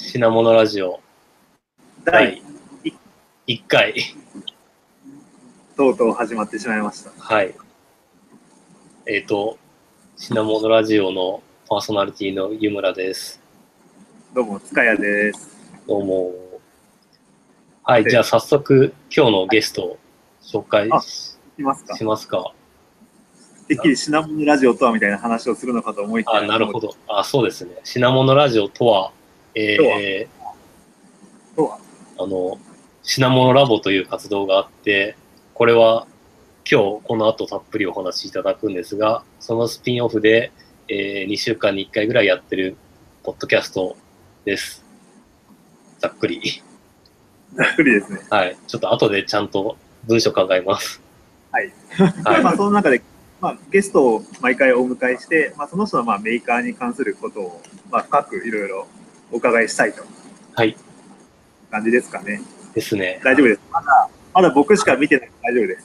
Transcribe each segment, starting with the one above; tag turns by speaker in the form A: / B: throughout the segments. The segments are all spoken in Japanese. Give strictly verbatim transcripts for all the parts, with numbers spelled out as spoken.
A: 品物ラジオだいいっかい
B: とうとう始まってしまいました。
A: はい。えっ、ー、と品物ラジオのパーソナリティの湯村です。
B: どうも塚谷です。
A: どうも。はい、じゃあ早速今日のゲストを紹介 し,
B: しますか。
A: しますか。
B: てっきり品物ラジオとはみたいな話をするのかと思いきや。
A: あ、なるほど。あ、そうですね。品物ラジオとは、えー、
B: とは
A: あの品物ラボという活動があって、これは今日この後たっぷりお話しいただくんですが、そのスピンオフで、えー、にしゅうかんにいっかいぐらいやってるポッドキャストです。ざっくり。
B: ざっくりですね。
A: はい。ちょっと後でちゃんと文章考えます。
B: はい。はい、まあその中で、まあ、ゲストを毎回お迎えして、まあ、その人のまあメーカーに関することを、まあ、深くいろいろお伺いしたいと。
A: はい。
B: 感じですかね。
A: ですね。
B: 大丈夫です。まだ、まだ僕しか見てないので大丈夫です。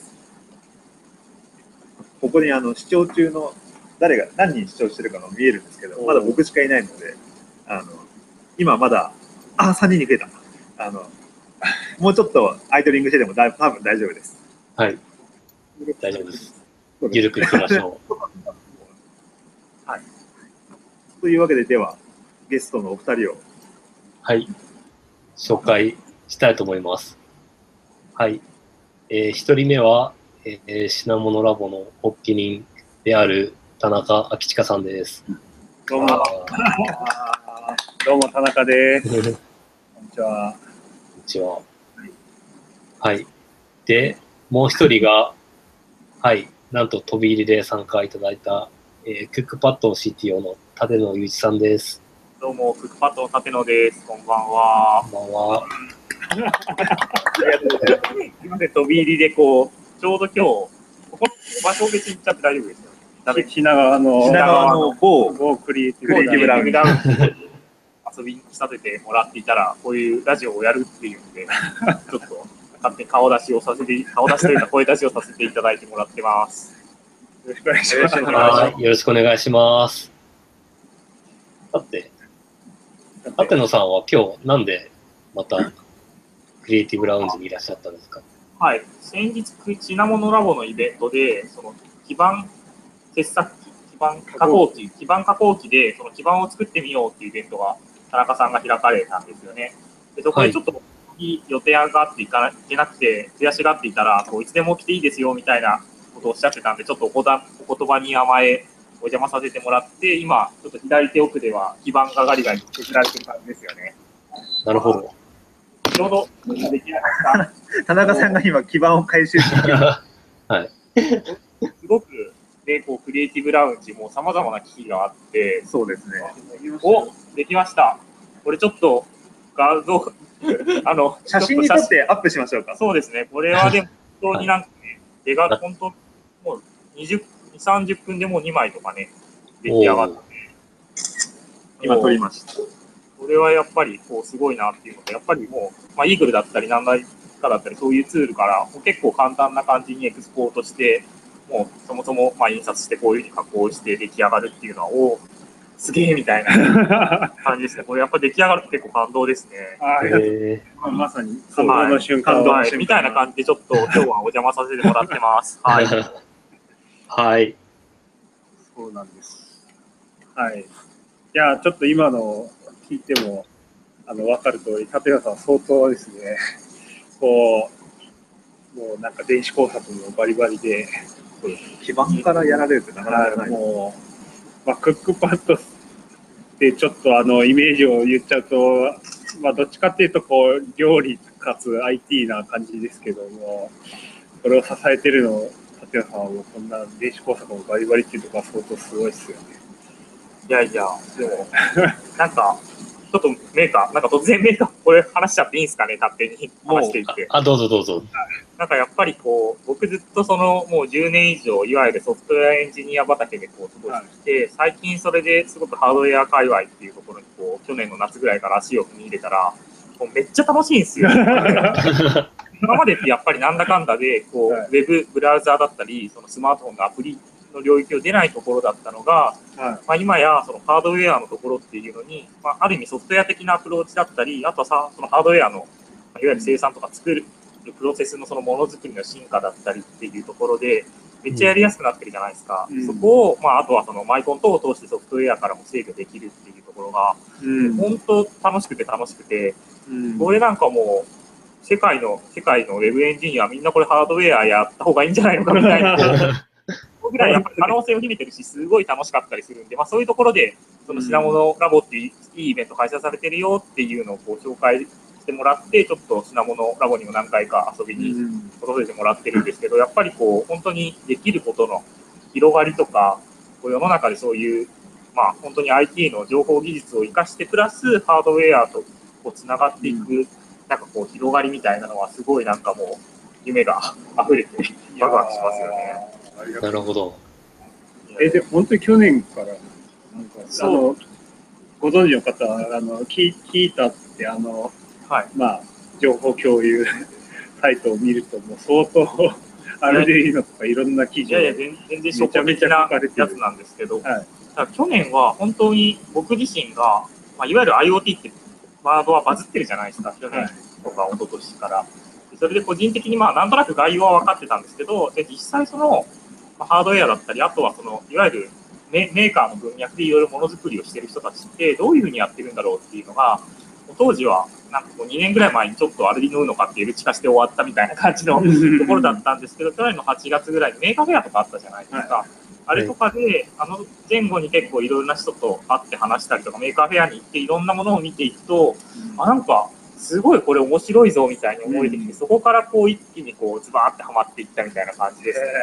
B: ここにあの視聴中の誰が何人視聴してるかが見えるんですけど、まだ僕しかいないので、あの今まだあさんにんに増えた。あのもうちょっとアイドリングしてでもだ多分大丈夫です。
A: はい。大丈夫です。ゆるくいきましょう。
B: はい。というわけでではゲストのお二人を
A: はい紹介したいと思います。はい。えー、ひとりめは、えー、品物ラボの発起人である田中昭親さんです。
B: どうも。どうも田中です。こんにちは。
A: こんにちは。はい。で、もう一人が、はい、なんと飛び入りで参加いただいた、えー、クックパッド シーティーオー の立野裕一さんです。
C: どうも、クックパッドの立野です。こんばんは。
A: こんばんは。
C: ありがとうございます。すみません、飛び入りでこう、ちょうど今日、ここ場所別に行っちゃって大丈夫ですよね。
B: 品川の
C: 品川の
B: 某某クリエイティブラウンジ
C: 遊びにさせてもらっていたら、こういうラジオをやるっていうんで、ちょっと勝手に顔出しをさせて、顔出しというか声出しをさせていただいてもらってます。
B: よろしくお願いします。
A: はい、よろしくお願いします。さて、立野さんは今日なんでまたクリエイティブラウンジにいらっしゃったんですか？
C: はい、先日、品物ラボのイベントで、その基板切削機、基板加工機、基板加工機でその基板を作ってみようっていうイベントが田中さんが開かれたんですよね。でそこでちょっと予定があっていかいけなくて、悔しがっていたら、こういつでも来ていいですよみたいなことをおっしゃってたんで、ちょっとおこだお言葉に甘え、お邪魔させてもらって、今、ちょっと左手奥では基板がガリガリ削られてる感じですよね。
A: なるほど。
C: ちょうどできなかった。
B: 田中さんが今基板を回収して
A: はい。
C: すごく、ね、こうクリエイティブラウンジもさまざまな機器があって、
B: そうですね。
C: お、できました。これちょっと画像あの
B: 写真に撮ってアップしましょうか。
C: そうですね。これはでも本当になんかね、絵が本当もうにじゅう、さんじゅっぷんでもうにまいとかね出来上がって、
B: 今撮りました。
C: これはやっぱりこうすごいなっていうので、やっぱりもう、まあ、イーグルだったりなんだかだったりそういうツールからもう結構簡単な感じにエクスポートして、もうそもそもまあ印刷してこういうふうに加工して出来上がるっていうのはおすげえみたいな感じですね。これやっぱ出来上がると結構感動ですね。
A: へ
B: ーまさに感動の瞬間、
C: はい、みたいな感じでちょっと今日はお邪魔させてもらってます。はい。
A: はい。
D: そうなんです。はい。いやちょっと今の聞いてもあの分かる通り、立野さんは相当ですね。こうもうなんか電子工作もバリバリで、
B: 基板からやられるってなかなかない。
D: もう、まあ、クックパッドってちょっとあのイメージを言っちゃうと、まあ、どっちかっていうとこう料理かつ アイティー な感じですけども、これを支えてるの立野さんはもうこんな電子工作もバリバリっていうところは相当すごいですよね。
C: いやいや、でもなんかちょっとメーカー、なんか突然メーカーこれ話しちゃっていいんですかね、勝手に話していって。
A: あ、どうぞどうぞ。
C: なんかやっぱりこう僕ずっとそのもうじゅうねん以上いわゆるソフトウェアエンジニア畑でこう過ごしてきて、はい、最近それですごくハードウェア界隈っていうところにこう去年の夏ぐらいから足を踏み入れたらもうめっちゃ楽しいんですよ。今までってやっぱりなんだかんだでこう、はい、ウェブブラウザーだったりそのスマートフォンのアプリの領域を出ないところだったのが、
D: はい
C: まあ、今やそのハードウェアのところっていうのに、まあ、ある意味ソフトウェア的なアプローチだったり、あとはさそのハードウェアのいわゆる生産とか作るプロセスのそのものづくりの進化だったりっていうところでめっちゃやりやすくなってるじゃないですか、うん、そこを、まあ、あとはそのマイコン等を通してソフトウェアからも制御できるっていうところが、うん、本当楽しくて楽しくて、うん、これなんかもう世界の世界のウェブエンジニアみんなこれハードウェアやった方がいいんじゃないのかみたいなぐらいやっぱり可能性を秘めてるしすごい楽しかったりするんで、まあ、そういうところでその品物ラボっていういいイベント開催されてるよっていうのをこう紹介してもらってちょっと品物ラボにも何回か遊びに訪れてもらってるんですけど、やっぱりこう本当にできることの広がりとかこう世の中でそういうまあ本当に アイティー の情報技術を生かしてプラスハードウェアとこうつながっていくなんかこう広がりみたいなのはすごいなんかもう夢が溢れてワクワクしますよね。
A: なるほど。
D: えで本当に去年からなんかあのご存知の方あの聞いたってあの、はい、まあ情報共有サイトを見るともう相当アルディーノとかいろんな記事
C: が全然初歩的なやつなんですけど、はい、去年は本当に僕自身が、まあ、いわゆる IoT ってワードはバズってるじゃないですか、去年とか一昨年から。それで個人的にまあなんとなく概要は分かってたんですけど、で実際そのハードウェアだったり、あとはそのいわゆるメーカーの文脈でいろいろものづくりをしている人たちってどういうふうにやってるんだろうっていうのが、当時はなんかこうにねんぐらい前にちょっとアルディノウーノかっていうルチ化して終わったみたいな感じのところだったんですけど、去年のはちがつぐらいにメーカーフェアとかあったじゃないですか。はい、あれとかで、あの前後に結構いろいろな人と会って話したりとか、メーカーフェアに行っていろんなものを見ていくと、うん、あなんかすごいこれ面白いぞみたいに思えてきて、うん、そこからこう一気にこうズバーってはまっていったみたいな感じですね。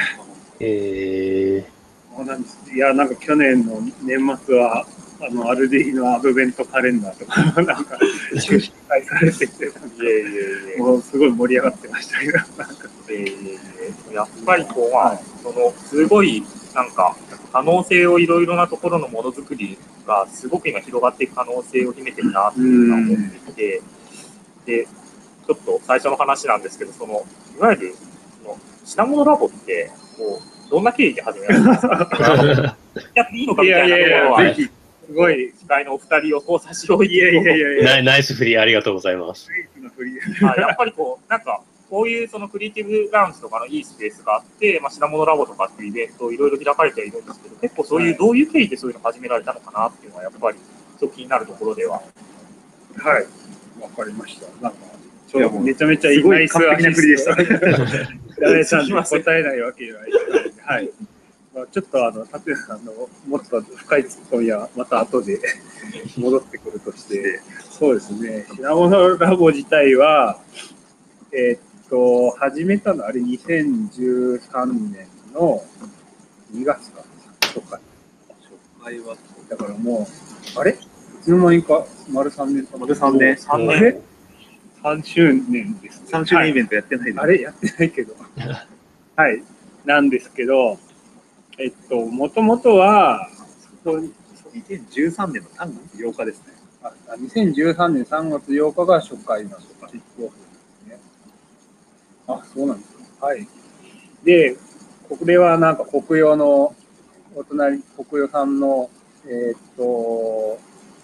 A: え
D: ー、いやなんか去年の年末はあのアルディのアドベントカレンダーとかなんか出題されてて、もうすごい盛り上がってましたけど、なんか
C: やっぱりこう、まあ、そのすごいなんか可能性をいろいろなところのものづくりがすごく今広がっていく可能性を秘めてるなっていうのは思っていて、でちょっと最初の話なんですけど、そのいわゆるその品物ラボってこうどんな経緯で始められたんですか？やっていいのかみたいなところは。
D: すごい
C: 司会のお二人をこう差し置いて、いやい
A: やいやいやナイスフリーありがとうございます。
C: はい、やっぱりこうなんかこういうそのクリエイティブラウンジとかのいいスペースがあって、まあ、品物ラボとかっていうイベントをいろいろ開かれているんですけど、結構そういうどういう経緯でそういうのを始められたのかなっていうのはやっぱりちょっと気になるところでは。
D: はい、わかりました。なんかめちゃめちゃいいナイス完璧な振りでした。誰さんに答えないわけじゃないです。はい。まあ、ちょっとあの舘さんのもっと深いツッコミはまた後で戻ってくるとして、そうですね、品物ラボ自体は、えー、っと、始めたのはあれにせんじゅうさんねんのにがつか、初回。初回は、だからもう、あれいつの間にか、丸さんねんか。
B: 丸さんねん。
D: さんねん。さんしゅうねんですね。
B: さんしゅうねんイベントやってないです、
D: はい、あれやってないけど。はい。なんですけど、えっと、もともとは、
B: にせんじゅうさんねんのさんがつようかですね。
D: あ、にせんじゅうさんねんさんがつようかが初回のキックオフですね。あ、そうなんですか。はい。で、これはなんか国用の、お隣、国用さんの、えー、っと、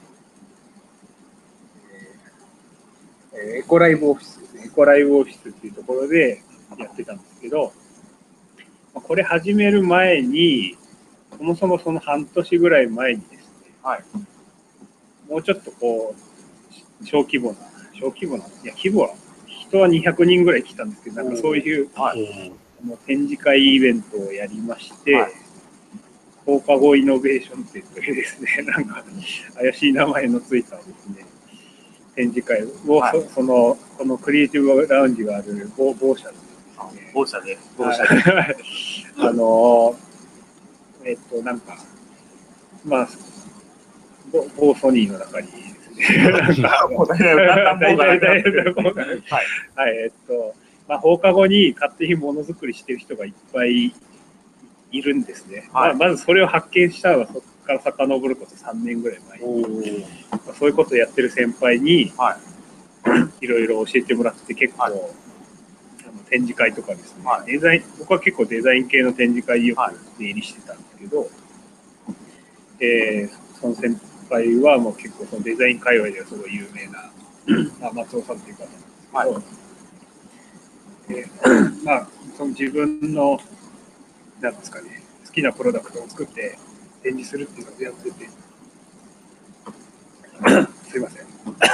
D: エコライブオフィス、エコライブオフィスっていうところでやってたんですけど、これ始める前に、そもそもその半年ぐらい前にですね、はい、もうちょっとこう、小規模な、小規模な、いや、規模は、人はにひゃくにんぐらい来たんですけど、なんかそういう、はい、あの展示会イベントをやりまして、はい、放課後イノベーションっていうですね、なんか怪しい名前のついたですね、展示会を、はい、そ, その、このクリエイティブラウンジがある某社で、
C: 某社で、
D: 某社で、あの、えっと、なんか、まあ、某ソニーの中にですね、なんか、大体、大体、はい、えっと、まあ、放課後に勝手にものづくりしてる人がいっぱいいるんですね。はい、まあ、まずそれを発見したのは、そこから遡ることさんねんぐらい前に、まあ、そういうことをやってる先輩に、はい、いろいろ教えてもらって、結構、はい、 展示会とかですね、
C: はい、
D: デザイン、僕は結構デザイン系の展示会よく出入りしてたんですけど、はい、えー、その先輩はもう結構そのデザイン界隈ではすごい有名な、まあ、松尾さんという方なんですけど、はい、えー、まあその自分のなんですかね、好きなプロダクトを作って展示するっていうのをやっててすいません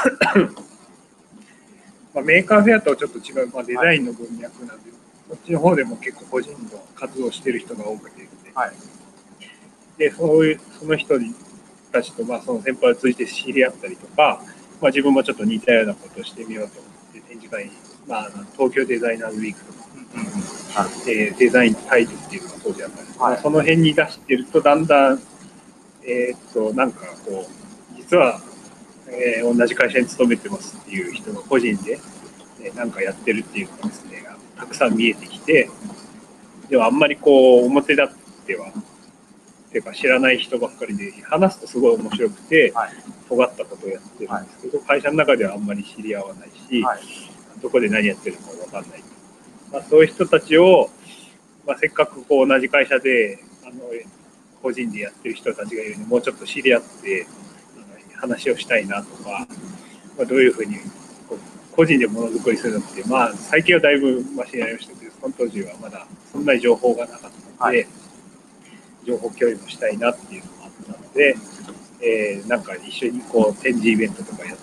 D: まあメーカーフェアとはちょっと違う、まあ、デザインの文脈なんで、はい、こっちの方でも結構個人の活動をしている人が多くて、はい、でそういうその人たちとまあその先輩を通じて知り合ったりとか、まあ、自分もちょっと似たようなことをしてみようと思って展示会に、まあ、東京デザイナーズウィークとか、はい、えー、デザインタイルっていうのが当時あったんですけど、はい、その辺に出してるとだんだん、えー、っとなんかこう実は、えー、同じ会社に勤めてますっていう人が個人で、えー、なんかやってるっていうのがですねたくさん見えてきて、でもあんまりこう表立ってはっていうか知らない人ばっかりで話すとすごい面白くて、はい、尖ったことをやってるんですけど、はい、会社の中ではあんまり知り合わないし、はい、どこで何やってるのか分かんない、まあ、そういう人たちを、まあ、せっかくこう同じ会社であの個人でやってる人たちがいるのにもうちょっと知り合って話をしたいなとか、まあ、どういうふうにこう個人でものづくりするのって、まあ、最近はだいぶマシになりましたけどその当時はまだそんなに情報がなかったので、はい、情報共有もしたいなっていうのがあったので、えー、なんか一緒にこう展示イベントとかやって、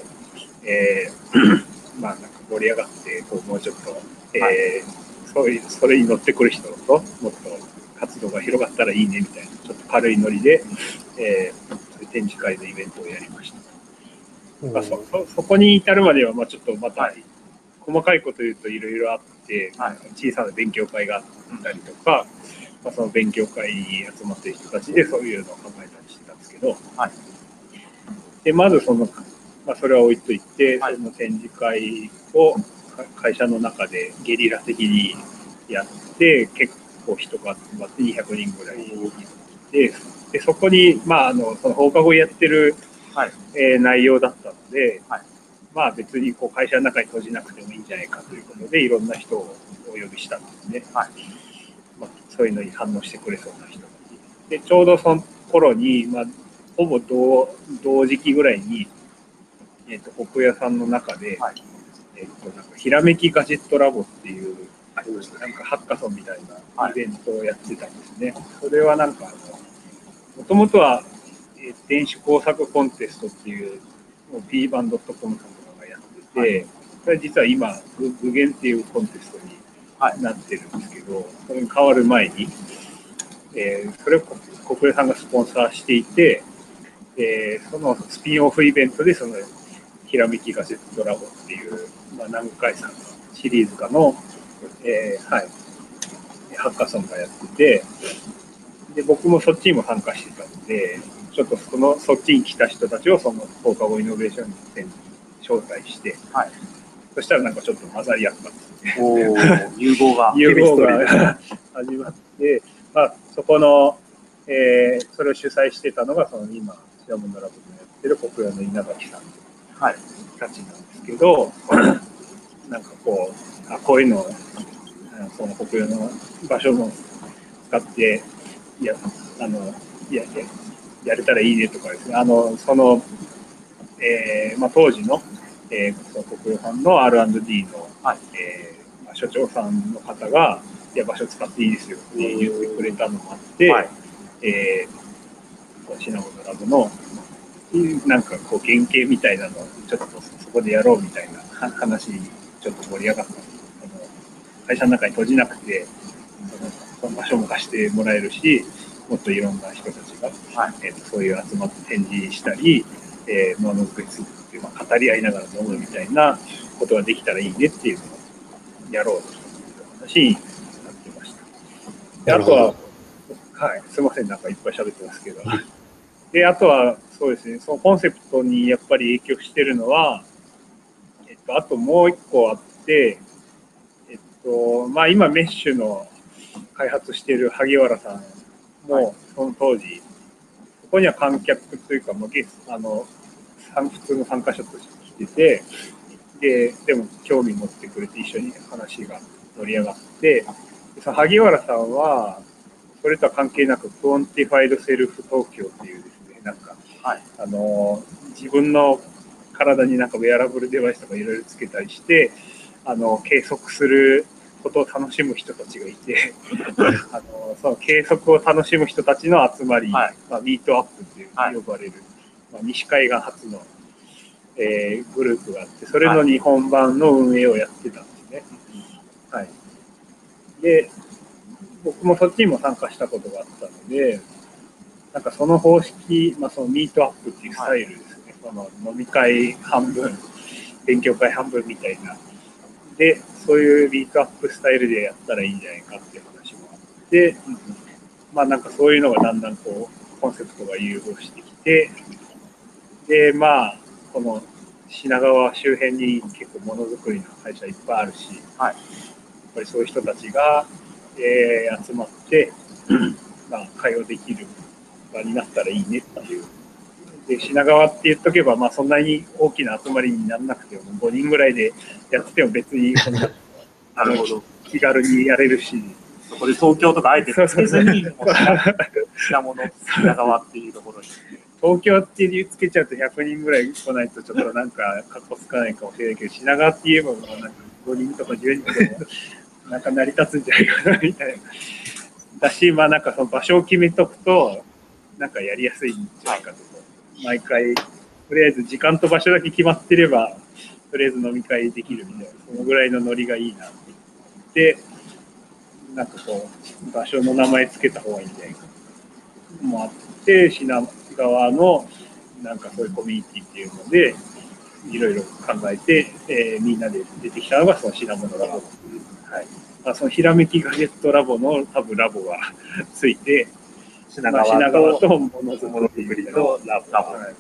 D: えー、まあなんか盛り上がってこうもうちょっと、えーはい、そういうそれに乗ってくる人ともっと活動が広がったらいいねみたいなちょっと軽いノリで、えー、展示会のイベントをやりました。うんまあ、そ, そ, そこに至るまではまあちょっとまた、はい、細かいこと言うといろいろあって、はい、小さな勉強会があったりとか、まあ、その勉強会に集まっている人たちでそういうのを考えたりしてたんですけど、はい、でまずその、まあ、それは置いといて、はい、その展示会を会社の中でゲリラ的にやって結構人が集まってにひゃくにんぐらいいて、でそこに、まあ、あのその放課後やってる、はいえー、内容だったので、はいまあ、別にこう会社の中に閉じなくてもいいんじゃないかということでいろんな人をお呼びしたんですね。はいまあ、そういうのに反応してくれそうな人でちょうどその頃に、まあ、ほぼ 同, 同時期ぐらいに、えー、と北屋さんの中で、はいえー、となんかひらめきガジェットラボっていうなんかハッカソンみたいなイベントをやってたんですね。はい、それはなんかもともとは、えー、電子工作コンテストっていうピーバンドットコムさんとかがやってて、はい、それ実は今具現っていうコンテストになってるんですけど、それに変わる前に、えー、それを国営さんがスポンサーしていて、えー、そのスピンオフイベントでそのひらめきガジェットラボっていう、まあ、何回かのシリーズかの、えーはい、ハッカソンがやってて、で僕もそっちにも参加してたので、ちょっとそのそっちに来た人たちをその放課後イノベーション展に招待して、はい、そしたらなんかちょっと混ざり合ったんですね。お
C: 融合が
D: 融合が始まって、まあ、そこの、えー、それを主催してたのがその今シナモンのラボでやってる国屋の稲垣さんたちなんですけど、はい、なんかこうあこういうのをその国屋の場所も使っていやあのいやいややれたらいいねとかですね、あのその、えーまあ、当時の、えー、その国用さんの アールアンドディー の、はいえーまあ、所長さんの方がいや場所使っていいですよって言ってくれたのもあって、はいえー、シナモンのラボのなんかこう原型みたいなのをちょっとそこでやろうみたいな話にちょっと盛り上がった。あの会社の中に閉じなくてその場所も貸してもらえるし、もっといろんな人たちが、はいえー、とそういう集まって展示したり、えー、ものづくりするっていう、まあ、語り合いながら飲むみたいなことができたらいいねっていうのをやろうという話になってました。であとは、はい、すみません、なんかいっぱい喋ってますけど、であとはそうですね、そのコンセプトにやっぱり影響してるのは、えっと、あともう一個あって、えっとまあ、今メッシュの開発している萩原さんもその当時、ここには観客というか、あの普通の参加者として来てて、 で、でも興味持ってくれて一緒に話が盛り上がって、その萩原さんは、それとは関係なく、クオンティファイドセルフ東京っていうですね、なんか、
C: はい、
D: あの、自分の体になんかウェアラブルデバイスとかいろいろつけたりして、あの、計測することを楽しむ人たちがいて、あの、その計測を楽しむ人たちの集まり、
C: はい、
D: まあ、ミートアップっていう呼ばれる、はい、まあ、西海岸初の、えー、グループがあって、それの日本版の運営をやってたんですね。はい。で、僕もそっちにも参加したことがあったので、なんかその方式、まあ、そのミートアップっていうスタイルですね、はい、その飲み会半分、勉強会半分みたいな。で、そういうミートアップスタイルでやったらいいんじゃないかっていう話もあって、うん、まあなんかそういうのがだんだんこう、コンセプトが融合してきて、で、まあ、この品川周辺に結構ものづくりの会社いっぱいあるし、はい、やっぱりそういう人たちが、えー、集まって、まあ、会話できる場になったらいいねっていう。で、品川って言っとけば、まあ、そんなに大きな集まりにならなくても、ごにんぐらいでやってても別に、
C: なるほど、
D: 気軽にやれるし。
C: そこで東京とかあえてつけずに、品物、品川っていうところに。
D: 東京ってつけちゃうとひゃくにんぐらい来ないとちょっとなんかかっこつかないかもしれないけど、品川って言えばなんかごにんとかじゅうにんでもなんか成り立つんじゃないかなみたいな。だし、まあなんかその場所を決めとくと、なんかやりやすいんじゃないかと。毎回、とりあえず時間と場所だけ決まってれば、とりあえず飲み会できるみたいな、そのぐらいのノリがいいなって言って、なんかこう、場所の名前つけた方がいいんじゃないかもあって、品川のなんかそういうコミュニティっていうので、いろいろ考えて、えー、みんなで出てきたのがその品物ラボ。はい。まあ、そのひらめきガジェットラボの多分ラボがついて、品川 と,、まあ、品川とものづくりのラボ。はい、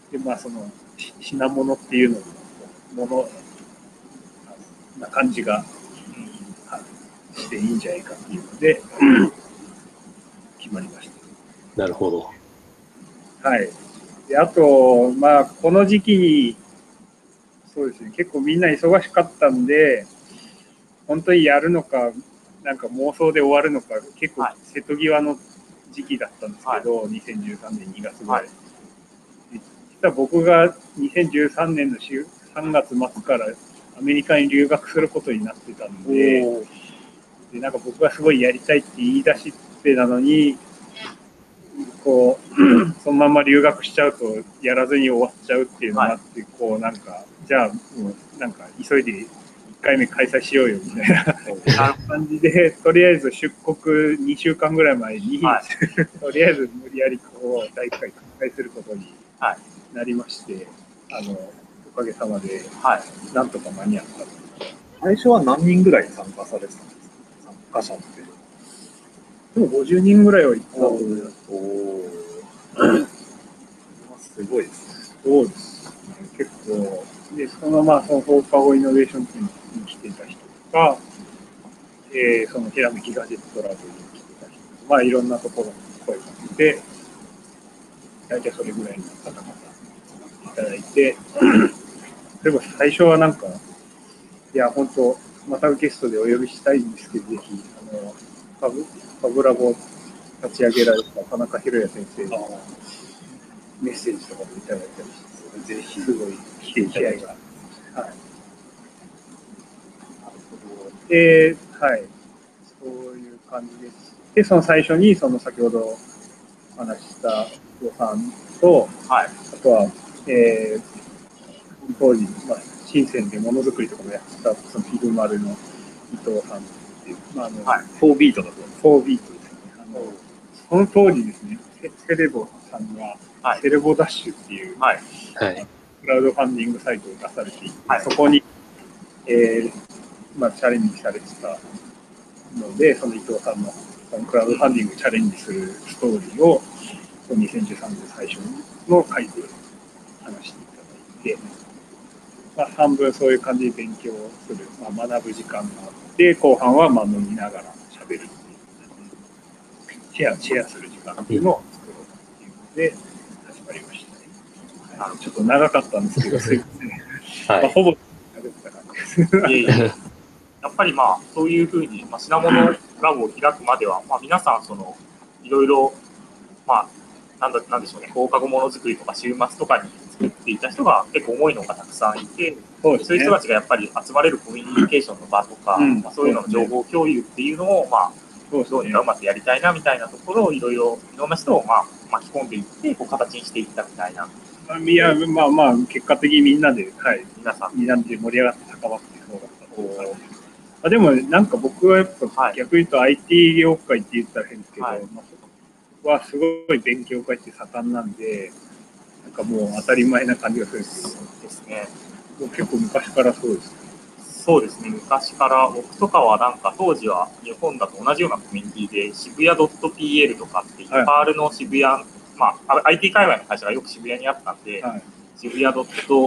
D: で、まあその品物っていうのも、ものな感じが、うん、していいんじゃないかっていうので、決まりました。
A: なるほど。
D: はい。で、あと、まあ、この時期に、そうですね、結構みんな忙しかったんで、本当にやるのか、なんか妄想で終わるのか、結構瀬戸際の時期だったんですけど、はい、にせんじゅうさんねんにがつぐらい。はい、実は僕がにせんじゅうさんねんのさんがつまつからアメリカに留学することになってたんで、でなんか僕がすごいやりたいって言い出しっぺなのに、こうそのまま留学しちゃうとやらずに終わっちゃうっていうのがあって、はい、こうなんかじゃあもうなんか急いでいっかいめ開催しようよみたいな感じで、とりあえず出国にしゅうかんぐらい前に、はい、とりあえず無理やりこうだいいっかい開催することになりまして、はい、あのおかげさまでなんとか間に合った。
B: 最初は何人ぐらい参加されてたんですか、参加者って。
D: でもごじゅうにんぐらいはいったと思います。
B: おお。すごいですね。
D: そうです。結構、で、そのままその放課後イノベーションチームに来ていた人とか、えー、そのひらめきガジェットラボに来てた人とか、まあいろんなところに声をかけて、大体それぐらいの方々いただいて、でも最初はなんか、いや、本当またゲストでお呼びしたいんですけど、ぜひ、あの、ファブ、ファブラボ立ち上げられた田中宏也先生のメッセージとかもいただいたりして、ぜひすごい来ていただいた。はい。で、はい。そういう感じです。で、その最初に、その先ほどお話しした伊藤さんと、はい、あとは、えー、当時、まあ、深センでものづくりとかもやってた、そのフィグマルの伊藤さんっていう、まあ、あの、はい、フォービートだと。フォービートですね。あの、その当時ですね、セレボさんが、はい、セレボダッシュっていう、はい、クラウドファンディングサイトを出されていて、はい、そこに、えーまあ、チャレンジされてたので、その伊藤さんのそのクラウドファンディングにチャレンジするストーリーをにせんじゅうさんねん最初の回で話していただいて、まあ、半分そういう感じで勉強する、まあ、学ぶ時間があって、後半はまあ飲みながら喋るっていう、シェア、シェアする時間っていうのを作ろうっていうので始まりましたね。はい、ちょっと長かったんですけど、すいません。はい、まあ、ほぼ
C: いえいえやっぱりまあそういうふうに、まあ、品物ラボを開くまでは、まあ、皆さんそのいろいろまあなんだなんでしょうね、放課後ものづくりとか週末とかに作っていた人が結構重いのがたくさんいて、そうですね、そういう人たちがやっぱり集まれるコミュニケーションの場とか、うんまあ、そういうのの情報共有っていうのを、まあ、どうにかうまくやりたいなみたいなところをいろいろいろんな人をまあ巻き込んでいってこう形にしていったみたいな。
D: いやまあまあ結果的にみんなで、はい、
C: 皆さん
D: みんなで盛り上がって高まってそうだったと思います。あでもなんか僕はやっぱ逆に言うと アイティー 業界って言ったら変ですけど、はいまあ、はすごい勉強会って盛んなんで、なんかもう当たり前な感じがするんですけど。
C: そうですね。
D: もう結構昔からそうです。
C: そうですね。昔から僕とかはなんか当時は日本だと同じようなコミュニティで渋谷 .pl とかっていう、はい、パールの渋谷、まあ アイティー 界隈の会社がよく渋谷にあったんで、はい、渋谷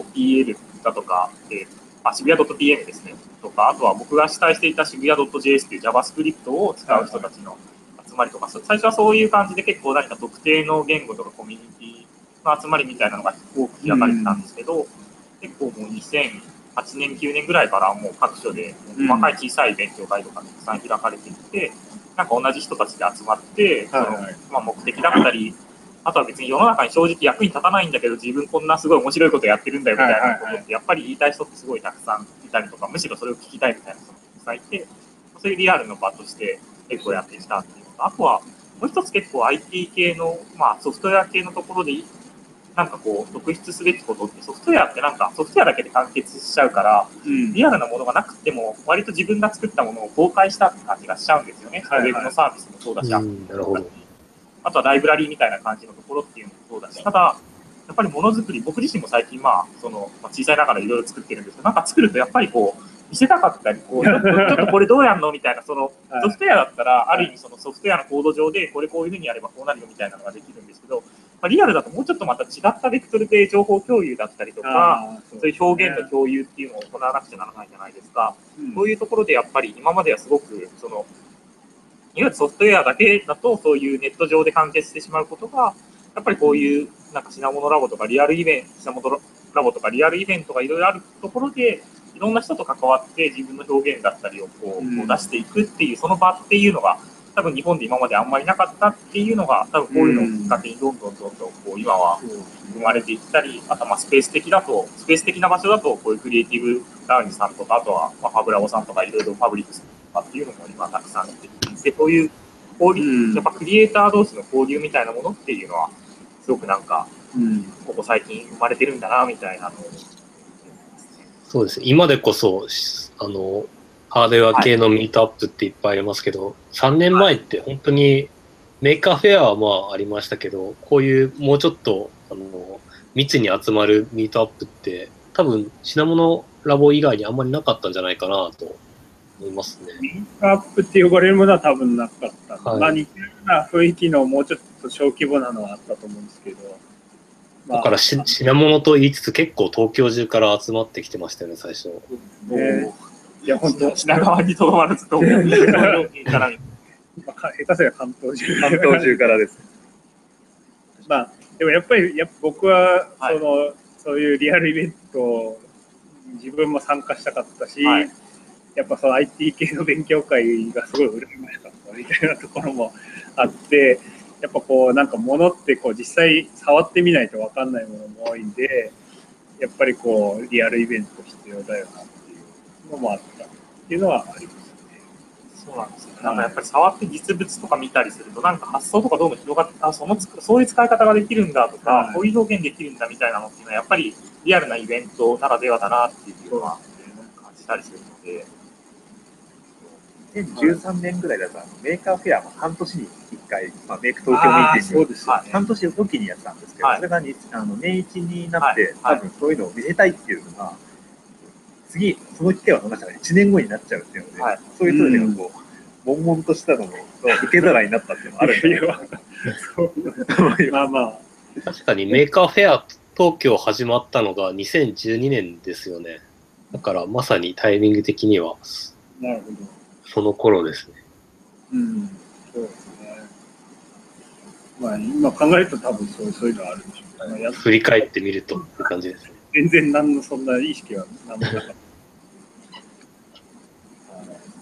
C: .pl だとか、えー、あ渋谷 .pm ですね。とか、あとは僕が主体していた渋谷 .js という JavaScript を使う人たちの集まりとか、はいはい、最初はそういう感じで結構何か特定の言語とかコミュニティの集まりみたいなのが多く開かれてたんですけど、うん、結構もうにせんはちねん、きゅうねんぐらいからもう各所で細かい小さい勉強会とかたくさん開かれていて、なんか同じ人たちで集まって、そのまあ、目的だったり、あとは別に世の中に正直役に立たないんだけど、自分こんなすごい面白いことやってるんだよみたいなことって、やっぱり言いたい人ってすごいたくさんいたりとか、むしろそれを聞きたいみたいな人もたくさんいて、そういうリアルの場として結構やってきたっていうのと、あとはもう一つ結構 アイティー 系の、まあ、ソフトウェア系のところでなんかこう特筆すべきことってソフトウェアってなんかソフトウェアだけで完結しちゃうから、うん、リアルなものがなくても割と自分が作ったものを公開したって感じがしちゃうんですよね。はいはい、ウェブのサービスもそうだし、うん、なるほど。あとはライブラリーみたいな感じのところっていうのもそうだし、ただやっぱりものづくり、僕自身も最近まあその、まあ、小さいながらいろいろ作ってるんですけど、なんか作るとやっぱりこう見せたかったりこうちょっと、ちょっとこれどうやんのみたいな、そのソフトウェアだったらある意味そのソフトウェアのコード上でこれこういうふうにやればこうなるよみたいなのができるんですけど、まあ、リアルだともうちょっとまた違ったベクトルで情報共有だったりとか、そう、ね、そういう表現の共有っていうのを行わなくちゃならないじゃないですか。うん、そういうところでやっぱり今まではすごくそのいわゆるソフトウェアだけだとそういうネット上で完結してしまうことがやっぱりこういうなんか品物ラボとかリアルイベント品物ラボとかリアルイベントがいろいろあるところでいろんな人と関わって自分の表現だったりをこう、うん、こう出していくっていうその場っていうのが多分日本で今まであんまりなかったっていうのが多分こういうのをきっかけにどんどんどんどんこう今は生まれていったり、あとはまあスペース的だとスペース的な場所だとこういうクリエイティブラウンジさんとかあとはまあファブラボさんとかいろいろファブリックスとかっていうのも今たくさん出てきていて、そういう交流、やっぱクリエイター同士の交流みたいなものっていうのはすごくなんかここ最近生まれてるんだなみたいなのを。
A: そうですね。今でこそあのハードウェア系のミートアップっていっぱいありますけど、はい、さんねんまえって本当にメーカーフェアはまあありましたけど、こういうもうちょっとあの密に集まるミートアップって多分品物ラボ以外にあんまりなかったんじゃないかなと思いますね。
D: ミートアップって呼ばれるものは多分なかった。はい、まあ似たような雰囲気のもうちょっと小規模なのはあったと思うんですけど。
A: まあ、だからし品物と言いつつ結構東京中から集まってきてましたよね、最初。
D: ね、いや、本当
C: 品川にとどまらず東京から。
D: まあ、下手すりゃ関東中
B: 関東中からです。
D: まあ、でもやっぱりやっぱ僕はその、はい、そういうリアルイベント自分も参加したかったし、はい、やっぱその アイティー 系の勉強会がすごい羨ましかったみたいなところもあって、やっぱこうなんか物ってこう実際触ってみないと分かんないものも多いんで、やっぱりこうリアルイベント必要だよなっていうのもあったっていうのはあります。
C: そうなんですよ。なんかやっぱり触って実物とか見たりすると、なんか発想とかどうも広がって、あ、そのつそういう使い方ができるんだとか、はい、こういう表現できるんだみたいなのっていうのは、やっぱりリアルなイベントならではだなっていうのは感じたりするので。
B: にせんじゅうさんねんぐらいだと、メーカーフェアも半年にいっかい、まあ、メイク東京ミーティング、そうですよね、半年おきにやってたんですけど、はい、それがにあの年一になって、はい、多分そういうのを見せたいっていうのが、次、その機会を逃したらいちねんごになっちゃうっていうので、はい、そういう人たちがこう、悶々としたのも受け皿になったっていうのがあるんで
D: まあまあ。
A: 確かにメーカーフェア東京始まったのがにせんじゅうにねんですよね。だからまさにタイミング的には、
D: なるほど。
A: その頃ですね。
D: うん、そうですね。まあ今考えると多分そうそういうのはあるんでしょうね。
A: 振り返ってみるとって感じですね。
D: 全然何のそんな意識は何もなかった。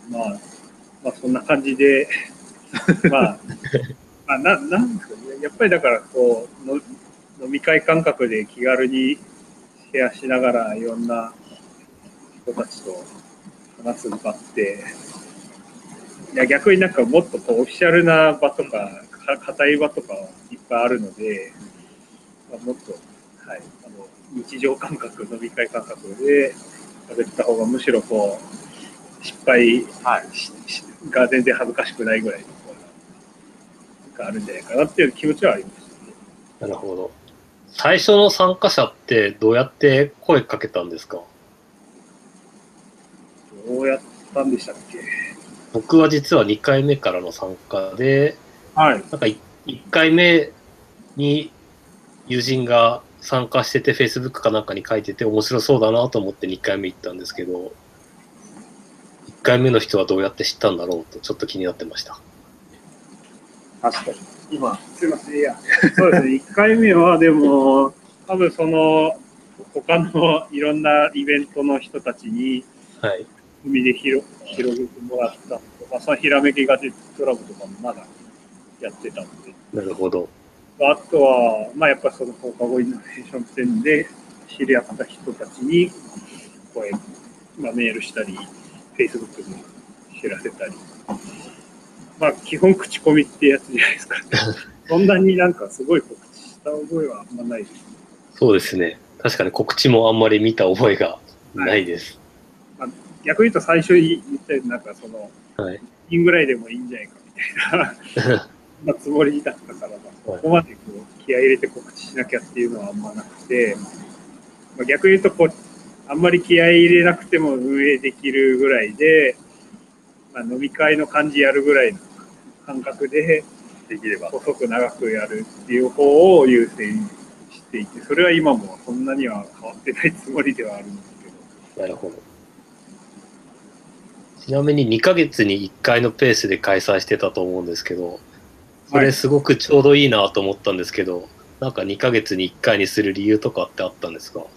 D: まあ、まあ、そんな感じで、まあ、まあ、ななんですかね、やっぱりだからこうの、飲み会感覚で気軽にシェアしながらいろんな人たちと話す場って、いや逆になんかもっとこうオフィシャルな場とか、硬い場とかいっぱいあるので、まあ、もっと、はい、あの日常感覚、飲み会感覚で喋った方がむしろこう失敗が全然恥ずかしくないぐらいのがあるんじゃないかなっていう気持ちはありましたね。
A: なるほど。最初の参加者ってどうやって声かけたんですか？
D: どうやったんでしたっけ？
A: 僕は実はにかいめからの参加で、
D: はい。
A: なんかいっかいめに友人が参加してて、Facebook かなんかに書いてて面白そうだなと思ってにかいめ行ったんですけど、いっかいめの人はどうやって知ったんだろうとちょっと気になってました。
B: 確かに。今、
D: すいません、いや、そうですね、いっかいめはでも、多分その、他のいろんなイベントの人たちに、
A: はい。
D: 海で広広げてもらったのとか、そのひらめきガジェットラボとかもまだやってたので、
A: なるほど。
D: あとは、まあ、やっぱその放課後イノベーション展で知り合った人たちに声、まあ、メールしたり、Facebook に知らせたり、まあ、基本口コミってやつじゃないですか、ね。そんなになんかすごい告知した覚えはあんまないです。
A: そうですね。確かに告知もあんまり見た覚えがないです。
D: はい、まあ、逆に言うと最初に言ったようになんかその、はい、いっぴんぐらいでもいいんじゃないかみたいなまあつもりだったから、まあ、ここまでこう気合い入れて告知しなきゃっていうのはあんまなくて、まあ、逆に言うとこうあんまり気合い入れなくても運営できるぐらいで、まあ、飲み会の感じやるぐらいの感覚でできれば細く長くやるっていう方を優先していて、それは今もそんなには変わってないつもりではあるんですけど。
A: なるほど。ちなみににかげつにいっかいのペースで開催してたと思うんですけど、それすごくちょうどいいなと思ったんですけど、はい、なんかにかげつにいっかいにする理由とかってあったんですか？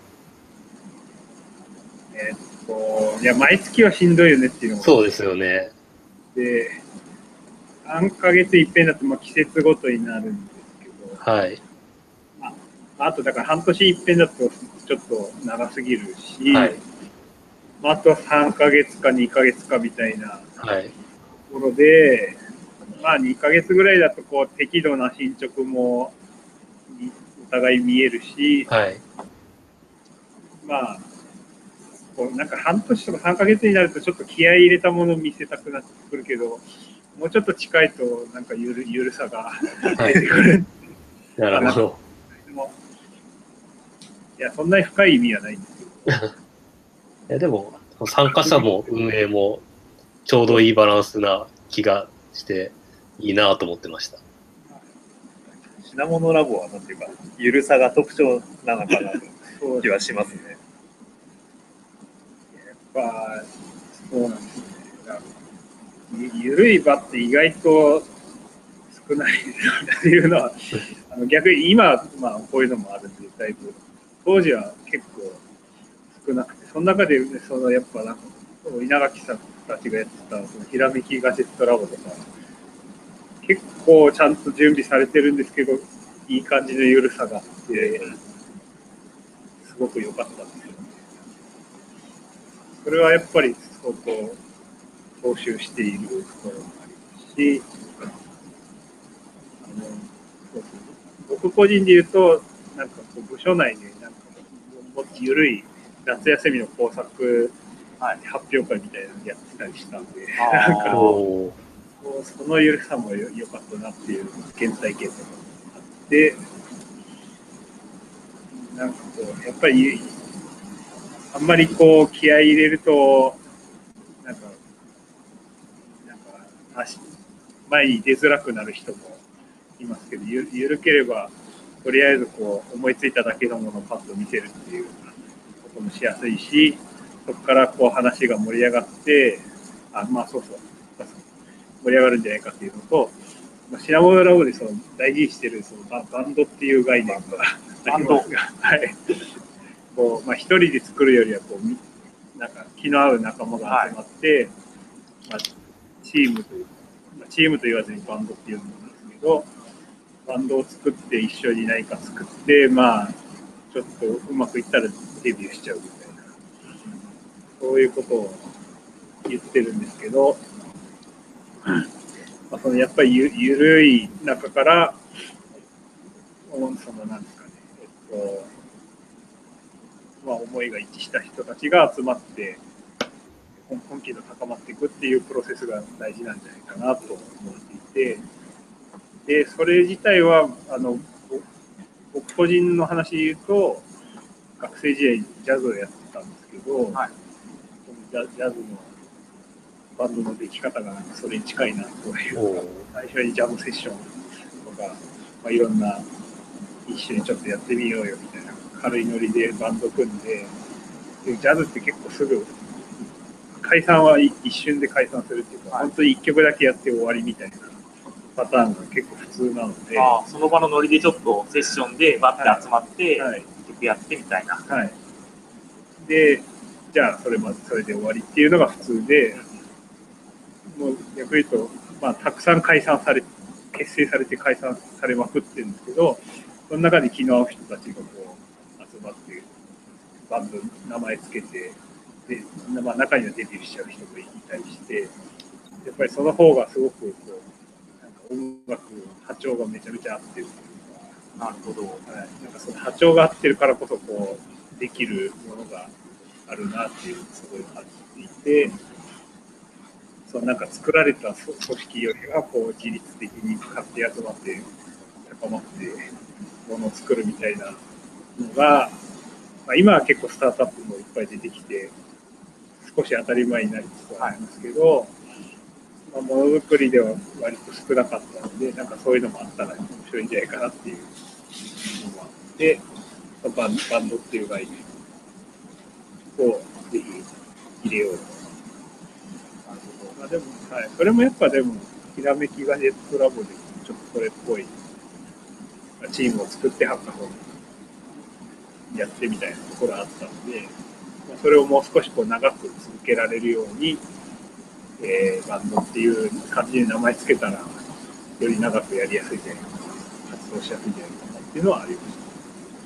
D: えー、っといや毎月はしんどいよねっていうのが
A: そうですよね。
D: でさんかげついっぺんだとまあ季節ごとになるんですけど、
A: はい。
D: まあ、あとだから半年いっぺんだとちょっと長すぎるし、はい、あとさんかげつかにかげつかみたいなところで、はい、まあにかげつぐらいだとこう適度な進捗もお互い見えるし、はい、まあこうなんか半年とかさんかげつになるとちょっと気合い入れたものを見せたくなってくるけど、もうちょっと近いとなんかゆるゆるさが出てくる。
A: はい、なるほど。
D: でもいやそんなに深い意味はないんですけど。
A: いやでも参加者も運営もちょうどいいバランスな気がしていいなと思ってました。
B: 品物ラボはなんていうかゆるさが特徴なのかなと気はしますね。
D: やっぱそうなんですね。ゆるい場って意外と少ないっていうのはあの逆に今、まあ、こういうのもあるんでだいぶ当時は結構少なくて、その中で、ね、そのやっぱなんか稲垣さんたちがやってたそのひらめきガジェットラボとか結構ちゃんと準備されてるんですけどいい感じのゆるさがあってすごく良かったんですよね。それはやっぱり相当踏襲しているところもありますし、あのそうそう僕個人で言うと、なんかこう部署内でなんかもっと緩い夏休みの工作発表会みたいなのやってたりしたんで、なんかその緩さも良かったなっていう原体験とかもあって、なんかこうやっぱりあんまりこう気合い入れるとなんか前に出づらくなる人もいますけど、ゆ, ゆるければとりあえずこう思いついただけのものをパッと見せるっていうこともしやすいし、そこからこう話が盛り上がって、あまあそうそう盛り上がるんじゃないかっていうのと、まあ、品物ラボでその大事にしてるそのバンドっていう概念がありますが、はい、こうまあ一人で作るよりはこうなんか気の合う仲間が集まって、はいまあ、チームというか、まあ、チームと言わずにバンドっていうのもなんですけど、バンドを作って一緒に何か作って、まあ、ちょっとうまくいったらデビューしちゃうみたいな、そういうことを言ってるんですけど、まあ、そのやっぱり ゆ, ゆるい中から、そのなんですかね、えっと、まあ、思いが一致した人たちが集まって、本気度高まっていくっていうプロセスが大事なんじゃないかなと思っていて、で、それ自体は、あの、僕個人の話で言うと、学生時代ジャズをやってたんですけど、はい、ジャジャズのバンドのでき方がなんかそれに近いなというか、最初にジャムセッションとか、まあ、いろんな一緒にちょっとやってみようよみたいな軽いノリでバンド組んで、でジャズって結構すぐ解散は一瞬で解散するっていうか、はい、本当に一曲だけやって終わりみたいなパターンが結構普通なので、
C: あその場のノリでちょっとセッションでバッて集まって、はい、曲やってみたいな。
D: はい。で、じゃあそれまそれで終わりっていうのが普通で、もう逆に言うと、まあ、たくさん解散され結成されて解散されまくってるんですけど、その中で気の合う人たちがこう集まってバンド名前つけて、で、まあ、中にはデビューしちゃう人もいたりして、やっぱりその方がすごくこうなんか音楽の波長がめちゃめちゃ合ってるというか、
C: なるほど、はい、
D: なんかその波長が合ってるからこそこうできるものがあるなっていうすごい感じていて、そのなんか作られた組織よりはこう自律的に勝手集まって高まってものを作るみたいなのが、まあ、今は結構スタートアップもいっぱい出てきて少し当たり前になりつつあるんですけど、まあ、ものづくりでは割と少なかったので、なんかそういうのもあったら面白いんじゃないかなっていうのもあって、バン、バンドっていう概念をぜひ入れようと。まあ、でも、はい、それもやっぱでもひらめきガジェットラボでちょっとそれっぽいチームを作ってハッカソンやってみたいなところあったので、まあ、それをもう少しこう長く続けられるように、えー、バンドっていう感じで名前つけたらより長くやりやすいんじゃないかな、活動しやすいんじゃないかなっていうのはありました。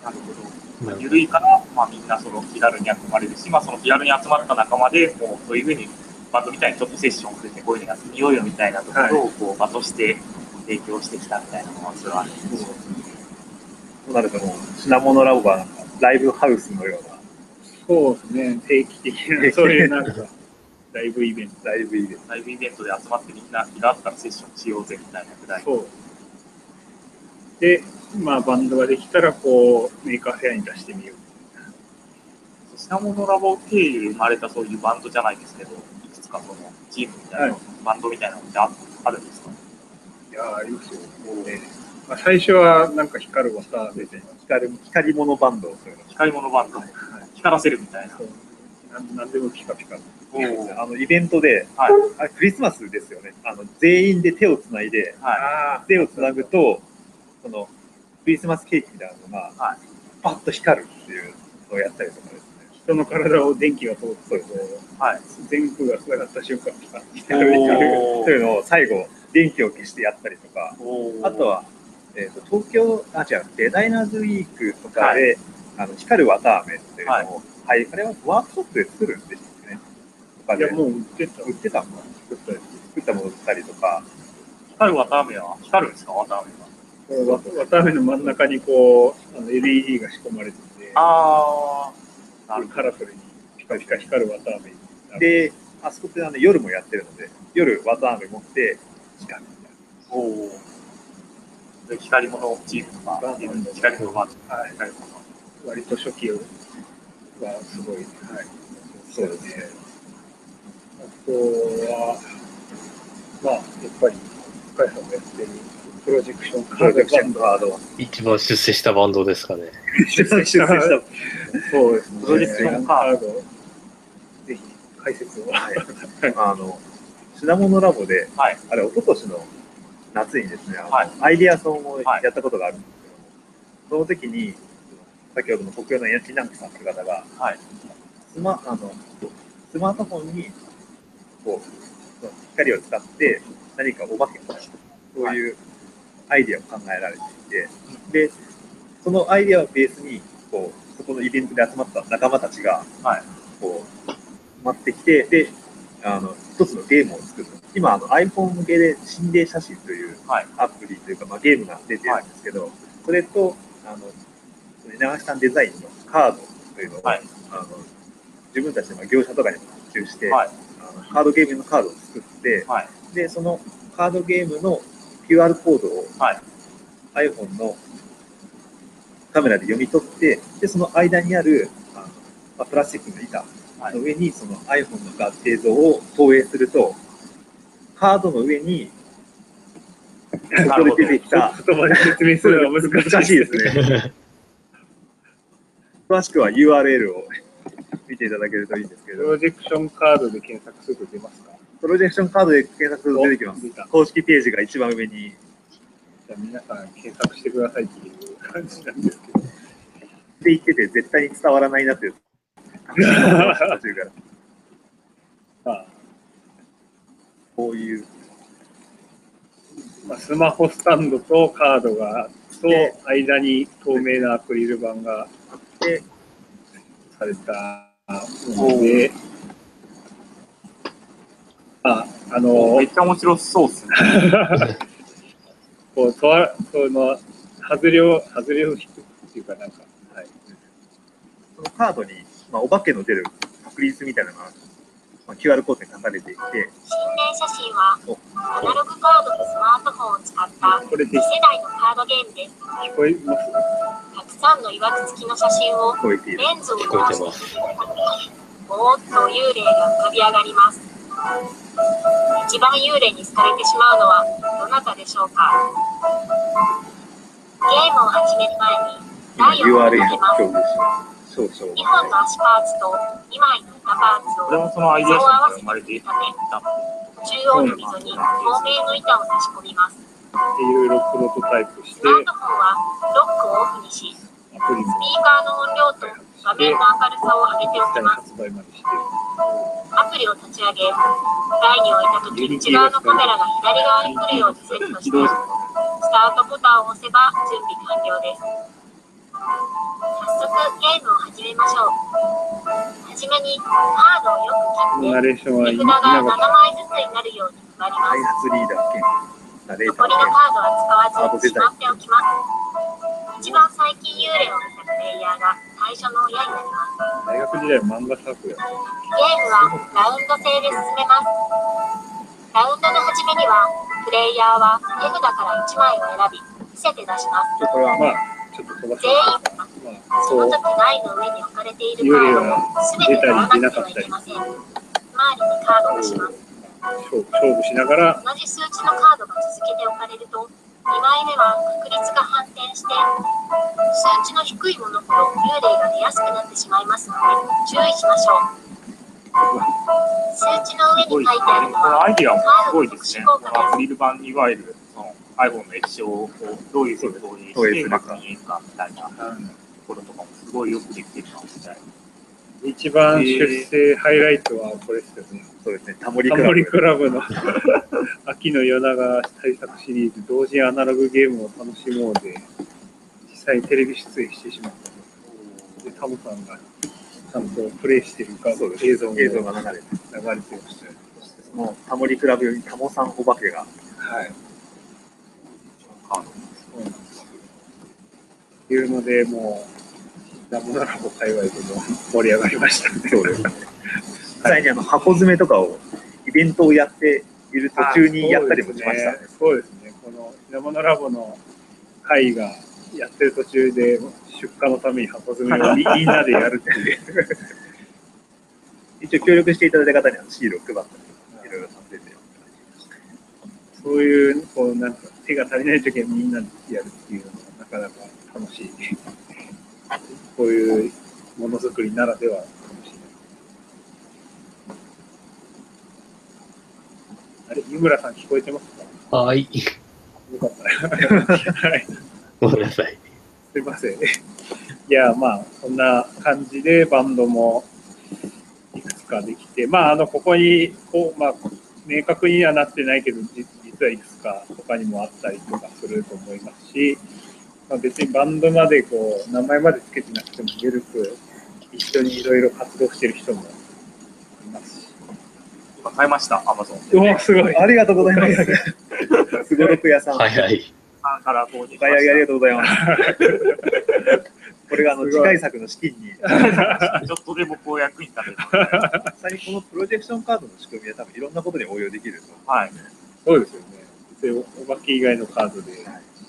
C: なるほど。まあ、緩いから、まあ、みんなその気軽に集まれるし、まあ、その気軽に集まった仲間でもうそういうふうにバンドみたいにちょっとセッションをしてこういうのやってみようよみたいなところをこう場として提供してきたみたいなのはそれはあるんですよ。
B: そうなるともう品物ラボがライブハウスのような。
D: そうですね、定期的なそういうなんかライブイベント、
B: ライブイベント、
C: ライブイベントで集まってみんな気があったらセッションしようぜみたいなぐらい。
D: そう。で、まあバンドができたらこうメーカーフェアに出してみよう。
C: 品物ラボ経由で生まれたそういうバンドじゃないですけど、いくつかそのチームみたいな、はい、バンドみたいなのってあるんですか？
D: いやありますよ。もうね、まあ、最初はなんか光る技で、ね、
B: 光る光物バンド、
C: 光物バンド、はい、光らせるみたいな。
D: なんなんでもピカピカ。
B: あのイベントで、はい、あクリスマスですよね。あの全員で手をつないで、はい、手をつなぐとそのクリスマスケーキみたいなのが、はい、パッと光るっていうのをやったりとかですね。
D: 人の体を電気が通ってこう、はい、全空がつながった瞬間ピカッと光るみたいな
B: そういうのを最後電気を消してやったりとか、あとは、えー、と東京あ違うデザイナーズウィークとかで、はい、あの光る綿飴っていうのを、はいはい、あれはワークショップで作るんでしたね。とかで
D: いやもう売ってた
B: 売ってたもの作った作ったものを売ったりとか。
C: 光る綿飴は光るんですか？綿飴
D: が綿飴の真ん中にこうあの エルイーディー が仕込まれてて、
C: あ
D: あカラフルにピカピカ光る綿飴になる。
B: であそこってあの夜もやってるので夜綿飴持って光るみたいな。おお。
C: 光り物チームとか光り物バンド、はい、光り
D: 物割と初期はすごい、はい、
B: そうですね。
D: あとはまあやっぱり深井さんがやってるプロジェクションカード、
A: 一番出世したバンドですかね。
D: 出世したそうですね。プロジェクションカードぜひ解説を、はい、
B: あの品物ラボで、はい、あれ一昨年の夏にですね、はい、アイデアソンをやったことがあるんですけども、はい、その時に先ほどの国用のエナチナンクさんという方が、はい、スマあのスマートフォンにこうその光を使って何かお化けを出した。そういうアイディアを考えられていて、で、そのアイディアをベースに、こう、そこのイベントで集まった仲間たちが、こう、待ってきて、で、あの、一つのゲームを作る。今、あの iPhone 向けで心霊写真というアプリというか、まあ、ゲームが出てるんですけど、それと、あの、稲垣さんデザインのカードというのを、はい、あの自分たちの業者とかにも発注して、はい、あのカードゲームのカードを作って、はい、でそのカードゲームの キューアール コードを、はい、iPhone のカメラで読み取って、でその間にあるあの、まあ、プラスチックの板の上にその iPhone の画映像を投影すると、カードの上にそこで出てきた
D: 言葉で説明するのは難しいですね。
B: 詳しくは ユーアールエル を見ていただけるといいんですけど。
D: プロジェクションカードで検索すると出ますか？
B: プロジェクションカードで検索すると出てきます。公式ページが一番上に。
D: じゃあ皆さん検索してくださいっていう感じなんですけど。って
B: 言ってて絶対に伝わらないなっていう。途中から。ああこういう。
D: まあ、スマホスタンドとカードがと間に透明なアクリル板があってされたので、あ、あの
C: めっちゃ面白そうですね。
D: こうとわその外れを外れを引くっていうかなんか、はい、
B: そのカードに、まあ、お化けの出る確率みたいなのが、まあ、キューアール コードに書かれていて、
E: 心霊写真はアナログカードとスマートフォンを使った次世代のカードゲームです。
D: 聞こえます？
E: たくさんのいわくつきの写真をレンズを通してぼーっと幽霊が浮かび上がります。一番幽霊に好かれてしまうのはどなたでしょうか？ゲームを始める前に台を叩きます。
B: そうそう
E: にほんの足パーツとにまいの板パーツを
C: 顔を合わせていくため、
E: 中央の溝に透明の板を差し込みます。
D: いろいろプロトタイプして、
E: スマートフォンはロックをオフにし、スピーカーの音量と画面の明るさを上げておきます。アプリを立ち上げ、台に置いたとき内側のカメラが左側に来るようにセットして、スタートボタンを押せば準備完了です。早速ゲームを始めましょう。はじめにカードをよく切って、手札がななまいずつになるように配ります。残りのカードは使わずしまっておきます。一番最近幽霊を見たプレイヤーが最初の親になります。
D: 大学時代漫画サークルや。
E: ゲームはラウンド制で進めます。ラウンドの初めにはプレイヤーは手札からいちまいを選び伏せて出します。
D: これはまあちょっと飛ばし
E: 全員がその時台の上に置かれているカードを全て取らなくてはいけません。周りにカードをします。
D: 勝負しながら
E: 同じ数値のカードが続けて置かれるとにまいめは確率が反転して数値の低いものほど幽霊が出やすくなってしまいますので注意しましょう。数値の上に書いてあるのは
C: アイディアもすごいですね。アクリル板にいわゆるその iPhone の液晶をどういうふうに投影してうまく見えるかみたいなところとかもすごいよくできてるなみたいな。
D: 一番出世ハイライトはこれですよね。
B: そうですね。タモリ
D: クラブ。タモリクラブの秋の夜長対策シリーズ同時アナログゲームを楽しもうで実際にテレビ出演してしまったでタモさんがちゃんとプレイしてるか映像が流れて流れてましたよね。
B: そのタモリクラブよりタモさんお化けが
D: はい。そうなんですよ。っていうのでもう。ラボラボ界隈でも盛り上がりましたね。
B: そうですね。実際にあの箱詰めとかをイベントをやっている途中にやったりもしましたね。
D: そうですね。このラボラボの会がやってる途中で出荷のために箱詰めをみんなでやるっていう。
B: 一応協力していただいた方にはシールを配ったりいろいろさせて。
D: そういうこうなんか手が足りない時はみんなでやるっていうのがなかなか楽しい。こういうものづくりならではかもしれない。あれ、井村さん聞こえてます
A: か？はい。
D: よかった。はい。
A: ごめんなさい。
D: すいません。いや、まあ、そんな感じでバンドもいくつかできて、まあ、あの、ここに、こう、まあ、 明確にはなってないけど、実はいくつか他にもあったりとかすると思いますし、まあ、別にバンドまでこう名前までつけてなくても緩く一緒にいろいろ活動してる人もいますし。
C: 今買いました、アマゾン
D: で。うわ、すごい。
B: ありがとうございます。すごろく屋さん。
A: はいはい。
C: から購入し
B: お買い上げありがとうございます。これがあの次回作の資金に。
C: ちょっとでもこう役に立てる。
B: 実際にこのプロジェクションカードの仕組みは多分いろんなことに応用できると。
C: はい。
D: そうですよね。でお化け以外のカードで。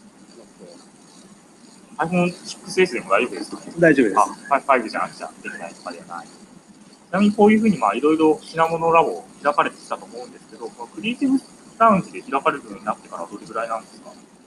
C: アイフォンシックスエス でも大丈夫ですか？
B: 大丈夫です。
C: あ、ファイブじゃなくちゃできないとかではない。ちなみにこういうふうにまあいろいろ品物ラボ開かれてきたと思うんですけど、クリエイティブラウンジで開かれるようになってからどれぐらいなんですか？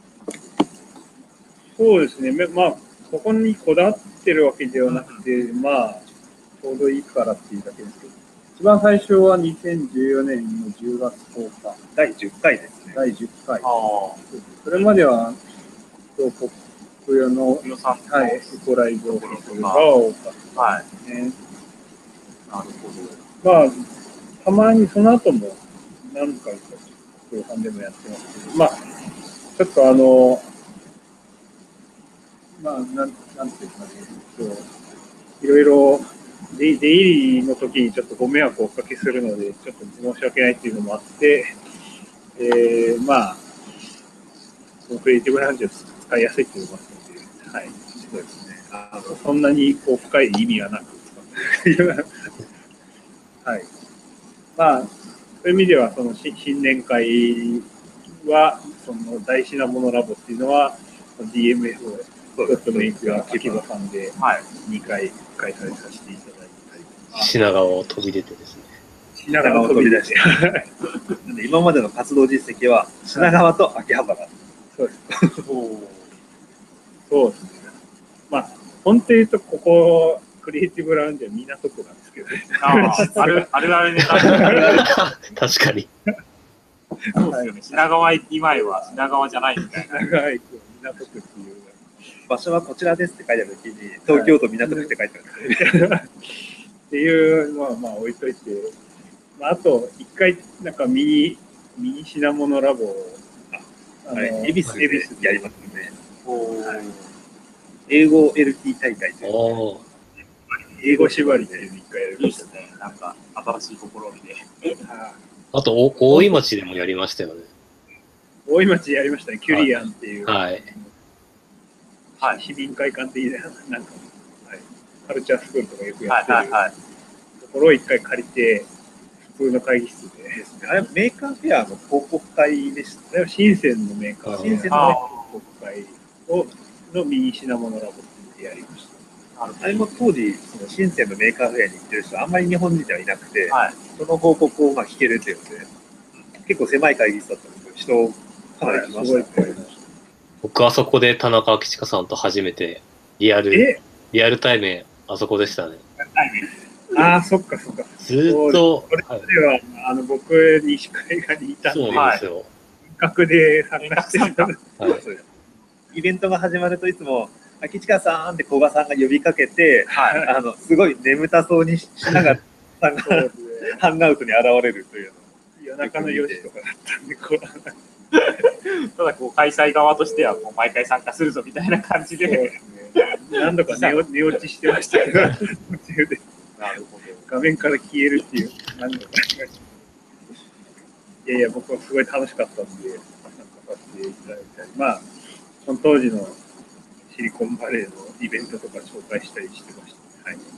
D: そうですね。まあ、ここにこだわってるわけではなくて、まあ、ちょうどいいからっていうだけですけど、一番最初はにせんじゅうよねんのじゅうがつこうか。
B: だいじゅっかいですね。
D: だいじゅっかい。
C: ああ。
D: それまでは、ポップ用の、
C: 予算
D: はい、エコライズをするが多かったですね。
C: なるほど。
D: まあ、たまにその後も何回か後半でもやってますけど、まあ、ちょっとあの、まあ、なん、なんていうかね、いろいろ出入りの時にちょっとご迷惑をおかけするので、ちょっと申し訳ないっていうのもあって、えー、まあ、そのクリエイティブラウンジを使いやすいっていうのもあったので、はい、そうですね。あのそんなにこう深い意味はなく使ってはい。まあ、そういう意味では、その新年会は、その大事なものラボっていうのは、ディーエムエフ をドットメイクが秋葉さんでにかい開催させていただいたりとか。
A: 品川を飛び出てですね。
D: 品川を飛び出して。
B: 今までの活動実績は、品川と秋葉原。
D: そうです。そうですね。まあ、本当に言うと、ここ、クリエイティブラウンジは港区なんですけどね。
C: ああるあるあるネタ。
A: 確かに。
C: そうですよね。品川駅前は品川じゃないみたいな。
D: 品川駅は港区っていう。
B: 場所はこちらですって書いてある時に、東京都港区って書いてある、
D: はい、っていうのはまあ置いといて、まあ、あと一回なんかミニミニ品物ラボを
B: あの恵比寿でやりますね。
C: はい、
B: 英語 エルティー 大会という
A: お
D: 英語縛りっていうのを一回やりましたね。
C: いいですね。なんか新しい試みで。
A: あとお大井町でもやりましたよね。
D: 大井町やりましたね。キュリアンっていう。
A: はい。
D: はい、市民会館的な、なんか、はい、カルチャースクールとかよくやってるところを一回借りて、普通の会議室でですね。
B: あれ、メーカーフェアの広告会でした。
D: あれは深センのメーカー、
B: 深センの
D: 広告会をのミニ品物ラボってやりました。
B: あれも当時、その深センのメーカーフェアに行ってる人、あんまり日本人ではいなくて、
C: はい、
B: その報告をまあ聞けるっていうので、結構狭い会議室だったんですけど、人かなり来ましたね。
A: 僕あそこで田中明親さんと初めてリアルリアル対面あそこでしたね。
D: ああ、そっかそっか。
A: ずっと。
D: それでは、はい、あの僕西海岸にいたんで、
A: そうなんですよ。
D: 遠隔で参加してた。はい、
B: イベントが始まるといつも明親さんって古賀さんが呼びかけて、はい、あのすごい眠たそうにしながらさんがハンガウトに現れるというの。
D: 夜中のよじとかだったんで、こう。
C: ただこう開催側としてはこう毎回参加するぞみたいな感じで、ね、
D: 何度か寝落寝落ちしてましたけど、途中で
C: なるほど
D: 画面から消えるっていう何度かいやいや僕はすごい楽しかったんで参加させていただいたり、まあその当時のシリコンバレーのイベントとか紹介したりしてました、ね。はい。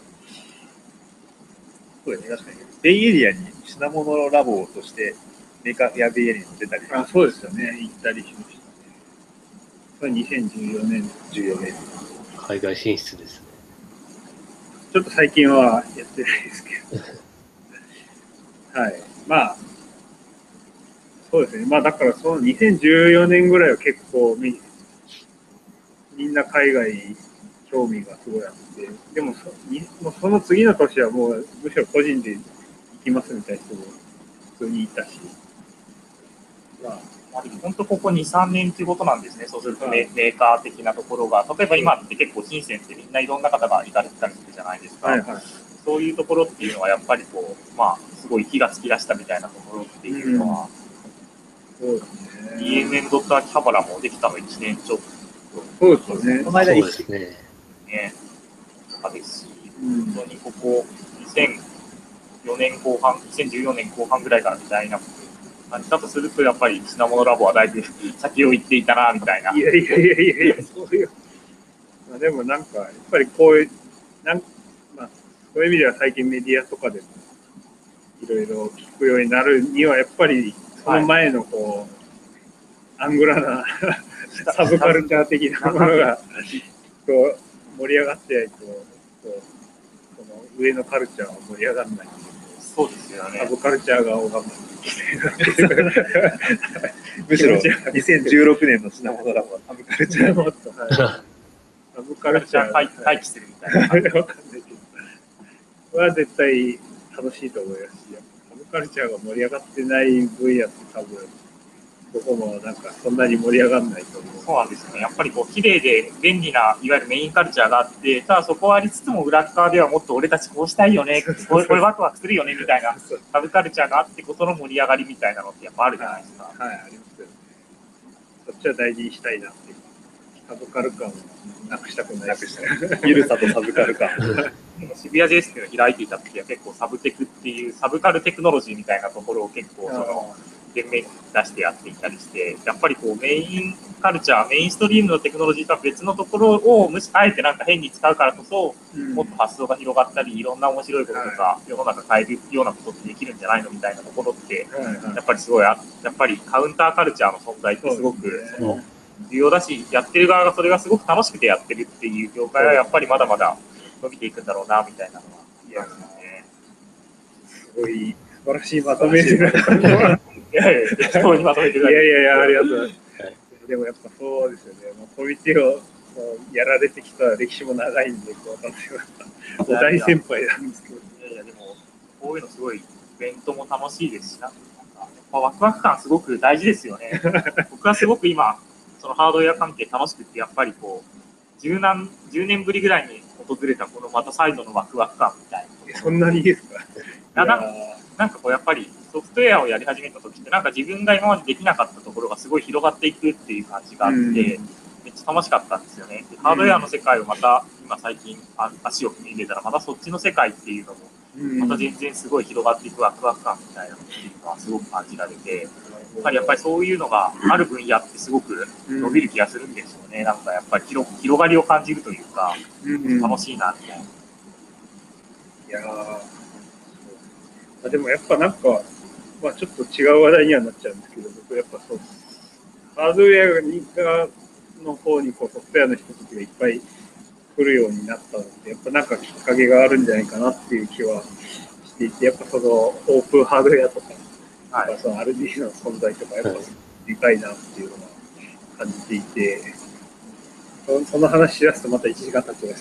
B: そうですね、確かにベイエリアに品物ラボとしてメーカーフェアベイエリアにも出たり、
D: あ、そうですよね、行ったりしましたね。それにせんじゅうよねん、
B: じゅうよねん
A: 海外進出ですね。
D: ちょっと最近はやってないですけど。はい。まあ、そうですね。まあだからそのにせんじゅうよねんぐらいは結構み、みんな海外興味がすごいあって、でも そ, もうその次の年はもうむしろ個人で行きますみたいな人も普通にいたし。
C: まあ、本当ここに、さんねんということなんですね。そうするとメーカー的なところが、例えば今って結構深センってみんないろんな方が行かれてたりするじゃないですか。はいはい、 そういうところっていうのはやっぱりこう、まあ、すごい火がつき出したみたいなところっていうのは、
D: うん、そうですね。
C: ディーエヌエヌ ドット秋葉原もできたのいちねんちょっと。
D: そうですね。
B: この間
A: そうですね。
C: ね。とかですし、
D: うん、
C: 本当にここにせんよねんこう半、にせんじゅうよねんこう半ぐらいからみたいな感じだとすると、やっぱり品物ラボはだいぶ先を行っていたな、みたいな。
D: いやいやいやいやいや、そういう。まあ、でもなんか、やっぱりこういう、なんまあ、そういう意味では最近メディアとかでもいろいろ聞くようになるには、やっぱりその前のこう、はい、アングラなサブカルチャー的なものがこう盛り上がってないと、こうこの上のカルチャーは盛り上がらない。
C: そうですよね。
D: サブカルチャーが拝む。
B: むしろにせんじゅうろくねんの品物ラボはサブカルチャーの
D: サブカルチャー
C: 回帰してるみたいな。
D: わかんないけど、これは絶対楽しいと思いますし、サブカルチャーが盛り上がってない分野って多分、どこもなんかそんなに盛り上がらないと思う。
C: そうなんですよね。やっぱりこう綺麗で便利ないわゆるメインカルチャーがあって、ただそこはありつつも裏側ではもっと俺たちこうしたいよね、これこれワクワクするよねみたいなサブカルチャーがあってことの盛り上がりみたいなのってやっぱあるじゃないですか。
D: はい、はい、ありますよね。そっちは大事にしたいなっていう。サブカル感をなくしたくない。なくしたい。
B: ゆるさとサブカル感。
C: 渋谷 ジェイエス っていうのを開いていた時は結構サブテクっていうサブカルテクノロジーみたいなところを結構その前面に出してやっていたりして、やっぱりこうメインカルチャー、メインストリームのテクノロジーとは別のところをむしあえてなんか変に使うからこそ、うん、もっと発想が広がったり、いろんな面白いこととか、はい、世の中変えるようなことってできるんじゃないのみたいなところって、はいはい、やっぱりすごいやっぱりカウンターカルチャーの存在ってすごくその重要だし、やってる側がそれがすごく楽しくてやってるっていう業界はやっぱりまだまだ伸びていくんだろうなみたいなのは言えますね。
D: すごい素晴らしいまとめですね。
C: いやいや、適当にまとめてください。
D: いやいやいや、ありがとうございます。でもやっぱそうですよね。もうコミュニティをやられてきた歴史も長いんで、こう私は大先輩なんですけど。い
C: やいや、でも、こういうのすごいイベントも楽しいですし、なんかやっぱワクワク感すごく大事ですよね。僕はすごく今、そのハードウェア関係楽しくて、やっぱりこう、十何、十年ぶりぐらいに訪れたこのまた再度のワクワク感みたい
D: な。そんなにいいですか？
C: な, なんかなんかこうやっぱりソフトウェアをやり始めた時ってなんか自分が今までできなかったところがすごい広がっていくっていう感じがあって、うん、めっちゃ楽しかったんですよね。でハードウェアの世界をまた今最近足を踏み入れたらまたそっちの世界っていうのもまた全然すごい広がっていくワクワク感みたいなのっていうのはすごく感じられて、やっぱりやっぱりそういうのがある分野ってすごく伸びる気がするんですよね。なんかやっぱり 広, 広がりを感じるというか楽しいなみたいな。
D: いやー、でもやっぱなんか、まあ、ちょっと違う話題にはなっちゃうんですけど、僕やっぱそうハードウェアの方にこうソフトウェアの人たちがいっぱい来るようになったので、やっぱなんかきっかけがあるんじゃないかなっていう気はしていて、やっぱそのオープンハードウェアとか、はい、その アールディー の存在とかやっぱでかいなっていうのは感じていて、その話し出すとまたいちじかん経ちました。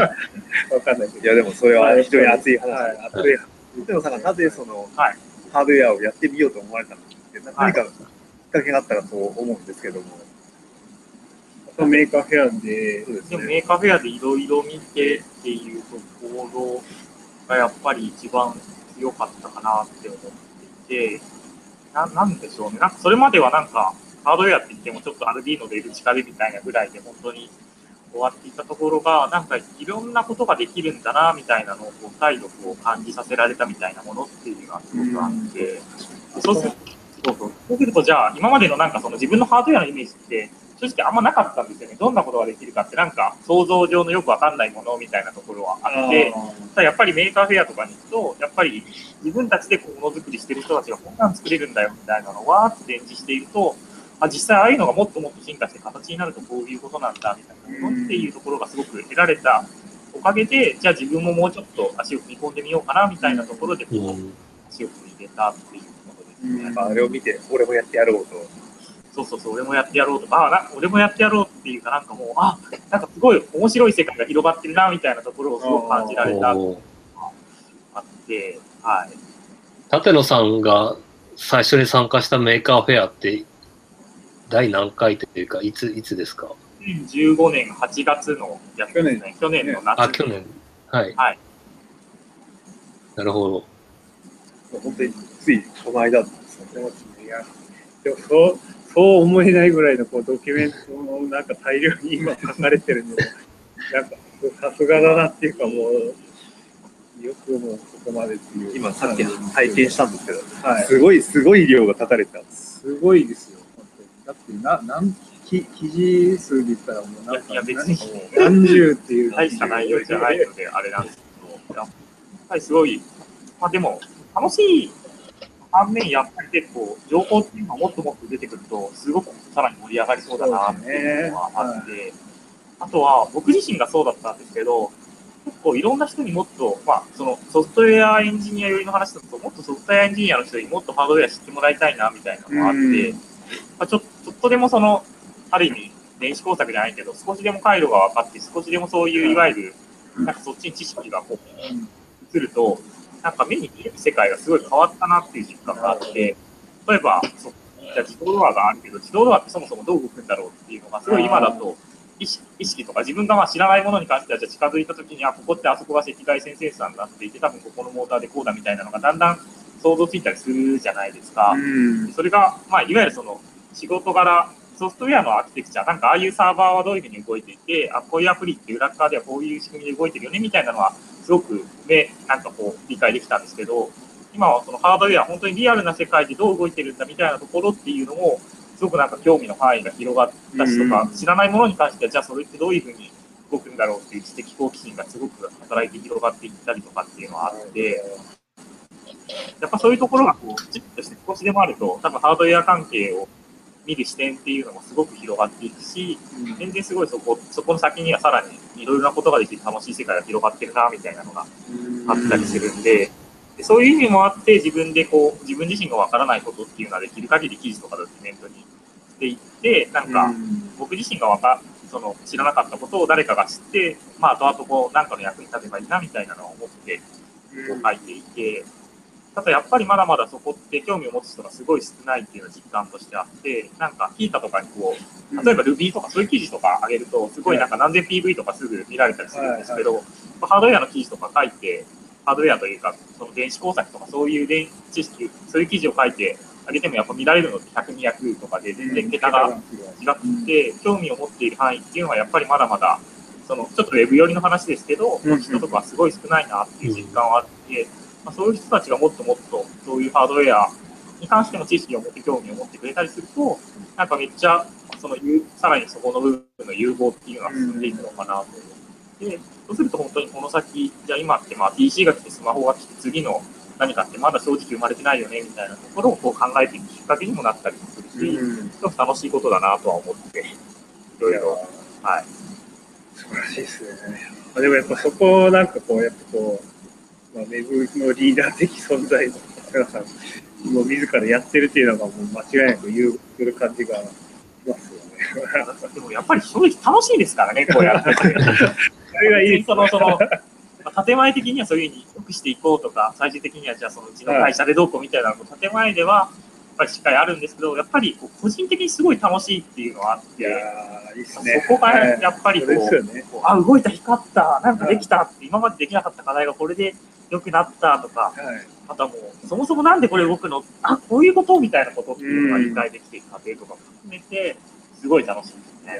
D: わかんないけど。
B: いやでもそれは非常に熱い話。はい、熱い
D: 話。
B: でもさんがなぜその、はい、ハードウェアをやってみようと思われたのかって何かきっかけがあったらと思うんですけども。
D: メーカーフェアで、
C: で, ね、でもメーカーフェアでいろいろ見てっていうところがやっぱり一番強かったかなって思っていて、な, なんでしょうね。なんかそれまではなんかハードウェアって言ってもちょっと アールディー の出る力みたいなぐらいで本当に終わっていたところが、なんかいろんなことができるんだなみたいなのをこう体力を感じさせられたみたいなものっていうのがすごくあって、そうすると、そうそうそうするとじゃあ今までのなんかその自分のハードウェアのイメージって正直あんまなかったんですよね。どんなことができるかってなんか想像上のよくわかんないものみたいなところはあって、ただやっぱりメーカーフェアとかに行くと、やっぱり自分たちでものづくりしてる人たちがこんなん作れるんだよみたいなのをわーって展示していると、あ実際ああいうのがもっともっと進化して形になるとこういうことなんだみたいなものっていうところがすごく得られたおかげで、じゃあ自分ももうちょっと足を踏み込んでみようかなみたいなところでこう足を踏み入れたっていうことですね。
B: なんかあれを見て俺もやってやろうと。
C: そうそうそう、俺もやってやろうとか、あな俺もやってやろうっていうか、なんかもう、あなんかすごい面白い世界が広がってるなみたいなところをすごく感じられたのがあって、はい。
A: 舘野さんが最初に参加したメーカーフェアって、第何回というか、いつ、いつですか？
C: にせんじゅうごねんはちがつのやつですね。去年の夏。
A: あ、去年。はい。
C: はい。
A: なるほど。
B: 本当についこの間ですよね。
D: いや、でもそう、そう思えないぐらいのこうドキュメントのなんか大量に今書かれてるのも、なんかさすがだなっていうか、もう、よくもうここまでっていう。
B: 今さっき拝見したんですけど、
D: はい、
B: すごいすごい量が書かれてたんです。
D: すごいですよ。だってな、なん記事数で言ったらもうなんか
C: いや別に
D: 何十っていう
C: 大した内容じゃないのであれなんですけど、やっぱりすごい、まあでも楽しい反面やっぱり結構情報っていうのがもっともっと出てくるとすごくさらに盛り上がりそうだなっていうのがあって、ね、あとは僕自身がそうだったんですけど、結構いろんな人にもっと、まあ、そのソフトウェアエンジニア寄りの話だと、もっとソフトウェアエンジニアの人にもっとハードウェア知ってもらいたいなみたいなのがあって、まあ、ちょ、ちょっとでもその、ある意味、電子工作じゃないけど、少しでも回路が分かって、少しでもそういういわゆる、なんかそっちに知識がこう移ると、なんか目に見える世界がすごい変わったなっていう実感があって、例えば、そういった自動ドアがあるけど、自動ドアってそもそもどう動くんだろうっていうのが、すごい今だと、意識、意識とか自分がまあ知らないものに関してはじゃあ近づいたときに、あ、ここってあそこが赤外線センサーになっていて、多分ここのモーターでこうだみたいなのがだんだん想像ついたりするじゃないですか。それが、まあ、いわゆるその仕事柄、ソフトウェアのアーキテクチャ、なんかああいうサーバーはどういうふうに動いていて、あ、こういうアプリって裏側ではこういう仕組みで動いてるよねみたいなのは、すごくね、なんかこう理解できたんですけど、今はそのハードウェア、本当にリアルな世界でどう動いてるんだみたいなところっていうのも、すごくなんか興味の範囲が広がったしとか、知らないものに関しては、じゃあそれってどういうふうに動くんだろうっていう知的好奇心がすごく働いて広がっていったりとかっていうのはあって、やっぱそういうところがこう、軸として少しでもあると、多分ハードウェア関係を見る視点っていうのもすごく広がっていくし、全然すごいそこ、そこの先にはさらにいろいろなことができる楽しい世界が広がってるな、みたいなのがあったりするんで、でそういう意味もあって、自分でこう、自分自身がわからないことっていうのはできる限り記事とかドキュメントにしていって、なんか、僕自身がわか、その知らなかったことを誰かが知って、まあ、後々こう、なんかの役に立てばいいなみたいなのを思って、こう書いていて、ただやっぱりまだまだそこって興味を持つ人がすごい少ないっていうのが実感としてあって、なんか、キータとかにこう、例えば Ruby とかそういう記事とか上げると、すごいなんか何千 ピーブイ とかすぐ見られたりするんですけど、ハードウェアの記事とか書いて、ハードウェアというか、その電子工作とかそういう電知識、そういう記事を書いてあげてもやっぱ見られるのってひゃく、にひゃくとかで全然桁が違って、興味を持っている範囲っていうのはやっぱりまだまだ、そのちょっとウェブ寄りの話ですけど、人とかはすごい少ないなっていう実感はあって、まあ、そういう人たちがもっともっとそういうハードウェアに関しても知識を持って興味を持ってくれたりすると、なんかめっちゃそのさらにそこの部分の融合っていうのが進んでいくのかなと思って、そうすると本当にこの先、じゃあ今ってまあ ピーシー が来てスマホが来て次の何かってまだ正直生まれてないよねみたいなところをこう考えていくきっかけにもなったりもするし、すごく楽しいことだなとは思って、いろいろ、はい。
D: 素晴らしいですね。でもやっぱそこをなんかこう、やっぱこう、まあ、ウェブのリーダー的存在の高さんも自らやってるっていうのがもう間違いなく融合する感じがしますよね。
C: でもやっぱり正直楽しいですからね、こうやって。そ
D: れがいい。
C: そのその建前的にはそういうふうに良くしていこうとか、最終的にはじゃあそのうちの会社でどうこうみたいなのも建前ではやっぱりしっかりあるんですけど、やっぱりこう個人的にすごい楽しいっていうのはあって、
D: いやいいっすね、
C: そこがやっぱりこう、はい、こうあ、動いた、光った、なんかできたって、今までできなかった課題がこれで良くなったとか、はい、あとはもう、そもそもなんでこれ動くの、あ、こういうことみたいなことっていうのが理解できていく過程とかも含めて、すごい楽しいですね。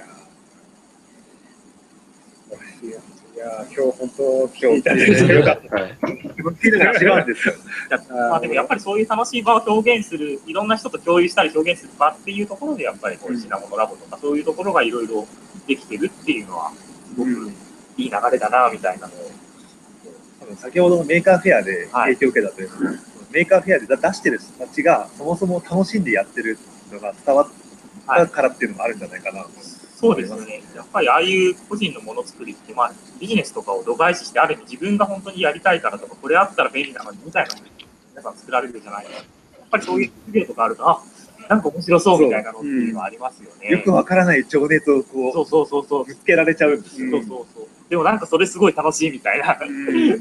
D: いやいや、今日本当来ていただいてよかった。
B: 違うんですよ。
C: まあでもやっぱりそういう楽しい場を表現する、いろんな人と共有したり表現する場っていうところで、やっぱりこういう品物ラボとか、そういうところがいろいろできてるっていうのは、すごくいい流れだな、みたいなのを。
B: 多分先ほどのメーカーフェアで影響を受けたというのは、はい、メーカーフェアで出してる人たちが、そもそも楽しんでやってるのが伝わったからっていうのもあるんじゃないかなと。
C: そうですね。やっぱりああいう個人のものづくりって、まあ、ビジネスとかを度外視して、ある意味自分が本当にやりたいからとか、これあったら便利なのにみたいなのを皆さん作られるじゃないですか。やっぱりそういう授業とかあると、あ、なんか面白そうみたいなのっていうのはありますよね。
B: うん、よくわからない情熱をこう、
C: そうそうそうそう、
B: ぶつけられちゃうんですよ。
C: そうそうそう。でもなんかそれすごい楽しいみたいな。うん、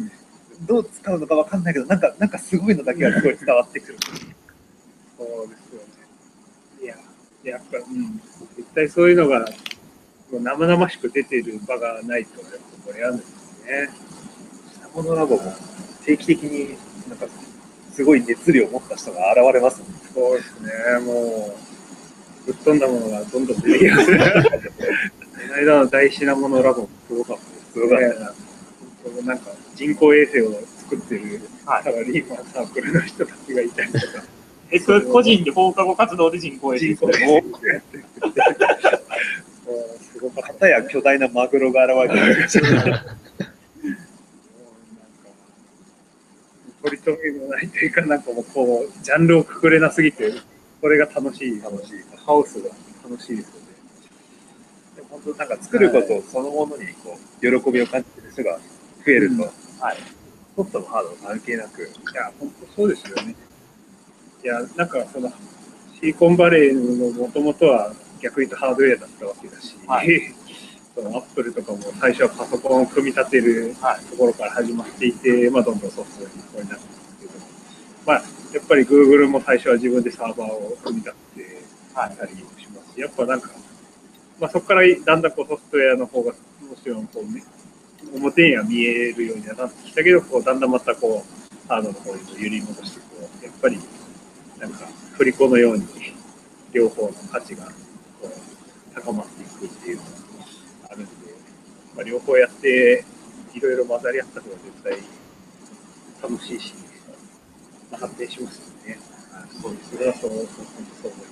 B: どう使うのかわかんないけど、なんか、なんかすごいのだけはすごい伝わってくる。
D: そうですよね。いや、やっぱ、うん、絶対そういうのが、生々しく出てる場がないと、やっぱこれやるんですね。
B: 品物ラボも定期的になんかすごい熱量を持った人が現れますもんね。
D: そうですね、もう、ぶっ飛んだものがどんどん出てきますね。この間の大事なものラボもすごかったです。すごかった。本当なんか人工衛星を作ってるサラリーマンサークルの人たちがいたりとか。
C: え、それ個人で放課後活動で人工衛星
B: 人工衛星を
D: すごかった。
B: 片や巨大なマグロが現れてました
D: 取り留めもないというか、なんかもうこう、ジャンルをくくれなすぎて、それが楽しい、楽しい、ハウスが楽しいですよね。
B: でも本当なんか作ることそのものにこう喜びを感じてる人が増えると、うん、はい、ソフトもハードも関係なく。い
D: や、本当そうですよね。いや、なんかその、シリコンバレーのもともとは逆に言うとハードウェアだったわけだし、はい、そのアップルとかも最初はパソコンを組み立てるところから始まっていて、はい、まあ、どんどんソフトウェアになっていくんですけど、まあ、やっぱり Google も最初は自分でサーバーを組み立ててたりしますし、やっぱなんか、まあ、そこからだんだんこうソフトウェアの方がもちろんこう、ね、表には見えるようにはなってきたけど、こうだんだんまたこうハードの方に揺り戻してこう、やっぱりなんか振り子のように両方の価値がこう高まっていくっていうのがあるんで、まあ、両方やっていろいろ混ざり合った方が絶対楽しいし、まあ、発展しますよね。そうですね。それはそう、本当そう思います。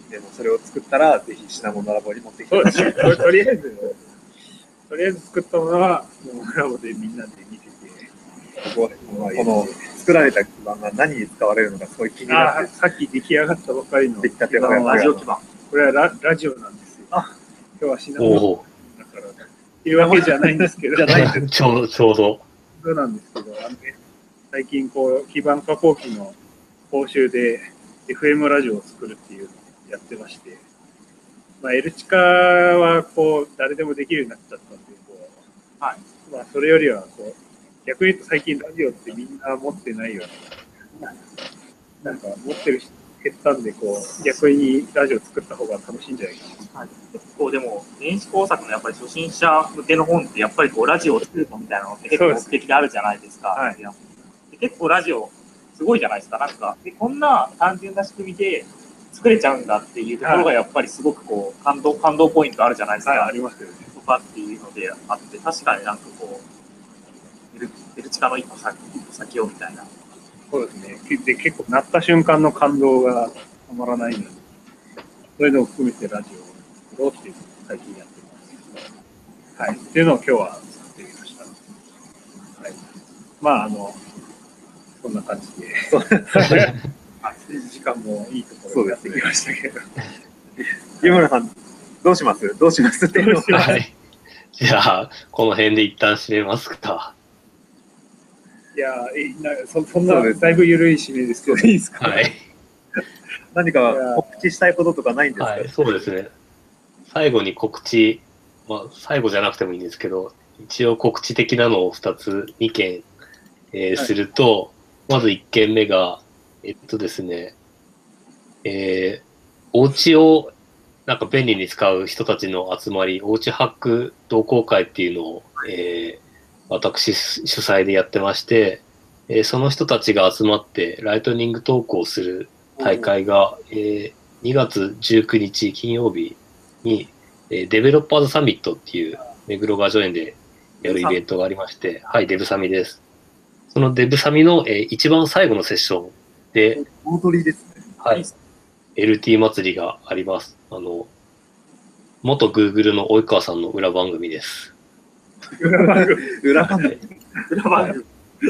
B: でもそれを作ったらぜひシナモンラボに持ってきて
D: ほしい。そうですね。とりあえず、とりあえず作ったものはシナモンラボでみんなで見てて、
B: こここの作られた基板が何に使われるのかすごい気になって、
D: さっき出来上がったばかりの
B: 出来たての
C: ラジオ基板。
D: これは ラ, ラジオなんですよ。あ、今日はシナモンだからっていうわけじゃないんですけど、
A: じゃないですちょうどちょうど
D: そうなんですけど、あの、ね、最近こう基板加工機の講習で エフエム ラジオを作るっていうのをやってまして、まあ、エルチカはこう誰でもできるようになっちゃったんで、こう、はい、まあ、それよりはこう逆に言うと最近ラジオってみんな持ってないような、なんか持ってる人減ったんで、こう逆にラジオ作った方が楽しいんじゃないかな。
C: はい、結構でも電子工作のやっぱり初心者向けの本ってやっぱりこうラジオを作るのみたいなのって結構目的であるじゃないですか。はい、で結構ラジオすごいじゃないですか。なんかでこんな単純な仕組みで作れちゃうんだっていうところがやっぱりすごくこう感動感動ポイントあるじゃないですか。はい、
D: ありますよね。
C: とかっていうのであって、確かになんかこうエル, エルチカの一歩先一歩先をみたいな。
D: そうですね。で結構鳴った瞬間の感動がたまらないので、そういうのを含めてラジオを作ろうっていうのを最近やってます。はい。っていうのを今日は作ってみました。はい。まああのこんな感じで。時間もいいところにやってきましたけど。
B: 湯村さん、どうしますどうしますっていうのは、
A: はい。じゃあ、この辺で一旦締めますか。
D: いやー、な そ, そんなだいぶ緩い締めですけど、いいですか、
A: はい。
B: 何か告知したいこととかないんですか？
A: はい、そうですね。最後に告知、まあ、最後じゃなくてもいいんですけど、一応告知的なのをふたつ、にけん、えーはい、すると、まずいっけんめが、えっとですね、えー、お家をなんか便利に使う人たちの集まり、おうちハック同好会っていうのを、えー、私主催でやってまして、えー、その人たちが集まってライトニングトークをする大会が、えー、にがつじゅうくにち金曜日に、えー、デベロッパーズサミットっていう目黒雅叙園でやるイベントがありまして、はい、デブサミです。そのデブサミの、えー、一番最後のセッションで、
B: 大鳥ですね。
A: はい。エルティー 祭りがあります。あの、元 Google の及川さんの裏番組です。
B: 裏番組裏番組
C: 裏番組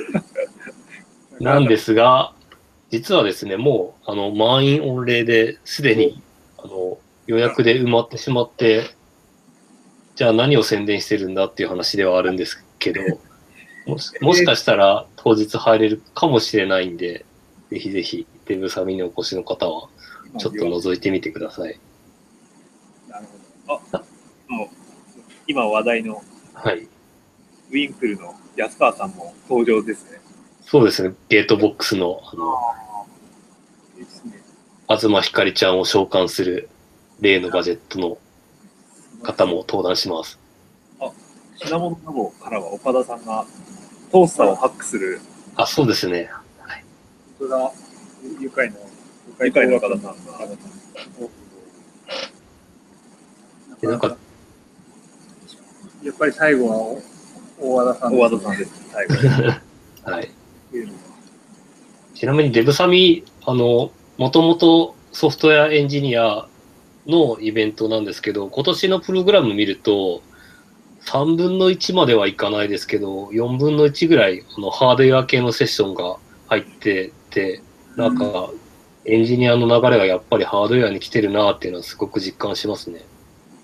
A: なんですが、実はですね、もう、あの、満員御礼ですでに、あの、予約で埋まってしまって、じゃあ何を宣伝してるんだっていう話ではあるんですけど、もし、もしかしたら当日入れるかもしれないんで、ぜひぜひ、デブサミにお越しの方は、ちょっと覗いてみてください。
B: なるほど。あ、もう、今話題の、
A: はい。
B: ウィンクルの安川さんも登場ですね。
A: そうですね。ゲートボックスの、あの、
B: いいですね。
A: 東ひかりちゃんを召喚する例のガジェットの方も登壇します。
B: あ、シナモンラボからは岡田さんが操作をハックする。
A: あ、そうですね。
D: 本当だ。愉快な。
B: 愉快な岡田さんが。
A: でなんか
D: やっぱり最後は大和田さん、
B: 大和田さんです。最後。
A: はい。ちなみにデブサミ、あの、もともとソフトウェアエンジニアのイベントなんですけど、今年のプログラム見ると、さんぶんのいちまではいかないですけど、よんぶんのいちぐらいあのハードウェア系のセッションが入ってて、なんか、エンジニアの流れがやっぱりハードウェアに来てるなっていうのはすごく実感しますね。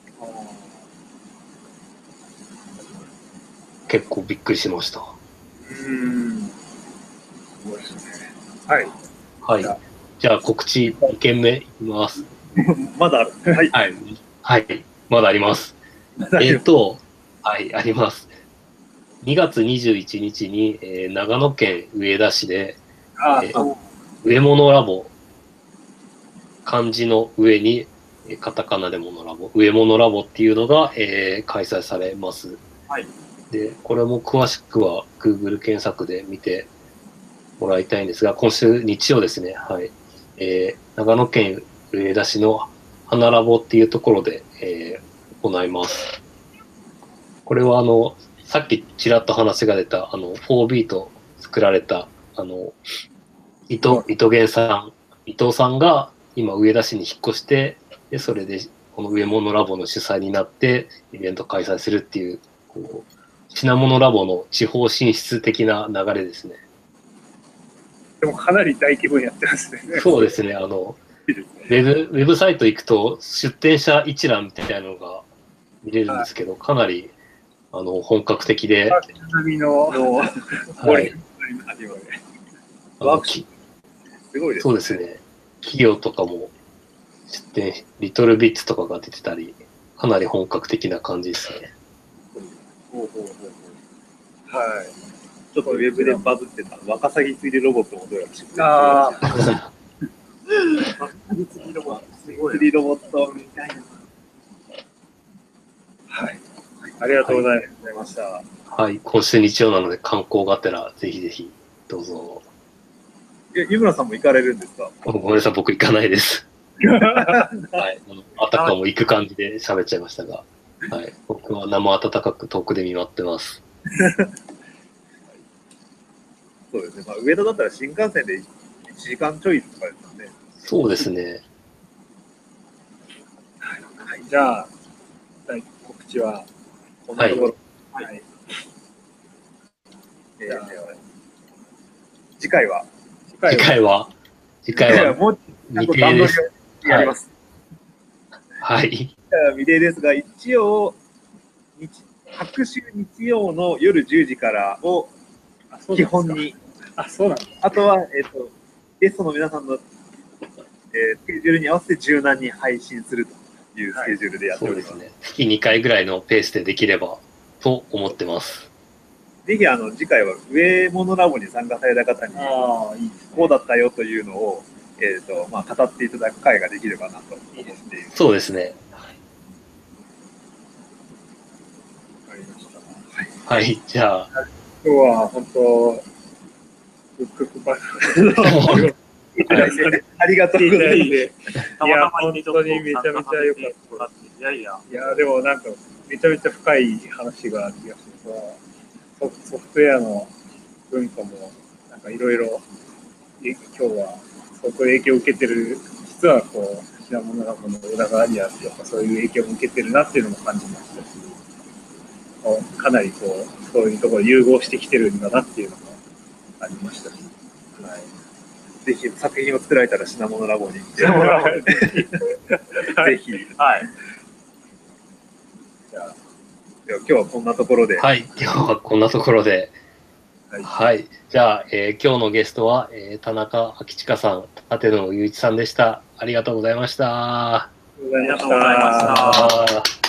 A: 結構びっくりしました。
D: うん。すごいですね。はい。
A: はい。じゃあ告知にけんめいきます。
B: まだある。はい。
A: はい。はい。まだあります。えっと、はい、あります。にがつにじゅういちにちに、えー、長野県上田市で、
D: あ
A: えー、上物ラボ、漢字の上に、えー、カタカナでモノラボ、上物ラボっていうのが、えー、開催されます。
C: はい。
A: で、これも詳しくは Google 検索で見てもらいたいんですが、今週日曜ですね、はい。えー、長野県上田市の花ラボっていうところで、えー、行います。これはあの、さっきちらっと話が出た、あの、フォービート作られた、あの、伊藤、伊藤源さん、伊藤さんが今上田市に引っ越して、で、それで、この上物ラボの主催になって、イベント開催するっていう、こう、品物ラボの地方進出的な流れですね。
D: でもかなり大規模にやってますね。
A: そうですね、あの、ウェブ、ウェブサイト行くと出店者一覧みたいなのが見れるんですけど、かなり、あの、本格的で、
D: 並みの、
A: はい、
B: ワークショップすごいですね。
A: そうですね。企業とかも出店、リトルビッツとかが出てたり、かなり本格的な感じですね。
B: ほうほうほうほう。はい。ちょっとウェブでバズってたワカサギ釣りロボットもどうやらしてくれてる。
D: ああ。
B: ワカサギ釣りロボット、すごい。釣りロボットみたいな。
D: はい。ありがとうございました。
B: はい、
A: はい、今週日曜なので観光がてらぜひぜひどうぞ。
B: え、湯村さんも行かれるんですか？
A: ごめんなさい、僕行かないです。はい、あたかも行く感じで喋っちゃいましたが、はい、僕は生温かく遠くで見舞ってます。
B: そうですね、まあ、上田だったら新幹線でいちじかんちょいとかですよね。
A: そうですね。
D: はい、じゃあ、告知はこんなところ。はい。はい、
B: えー、次回は
A: 次回は次回は
B: もう
A: 未定です。
B: やります。
A: はい。
B: 未定ですが、一応、日各週日曜の夜じゅうじからを基本に、
D: あ、そうなんです。
B: あとは、えっと、ゲストの皆さんの、えー、スケジュールに合わせて柔軟に配信するというスケジュールでやっております。
A: はい、そうですね。月にかいぐらいのペースでできればと思ってます。
B: ぜひ、あの、次回は上物ラボに参加された方に、
D: あいいですね、
B: こうだったよというのを、えっと、まあ、語っていただく会ができればなと思っている。
A: そうですね。はい、じゃあ。
D: 今日は本当、ブッククパッ
B: ありがとうございます。
D: いや、本当にめちゃめちゃ良かった。いやいや。いや、でもなんか、めちゃめちゃ深い話がある気がする。ソフトウェアの文化も、なんかいろいろ、今日は相当影響を受けてる、実はこう、品物ラボの裏側には、やっぱそういう影響を受けてるなっていうのも感じましたし、かなりこう、そういうところ融合してきてるんだなっていうのもありましたし、はい、
B: ぜひ作品を作られたら品物ラボに行って、ぜひ。はい。じゃあ、今日はこんなところで。
A: はい、今日はこんなところで。はい。はい、じゃあ、えー、今日のゲストは、えー、田中昭親さん、立野雄一さんでした。ありがとうございました。
C: ありがとうございました。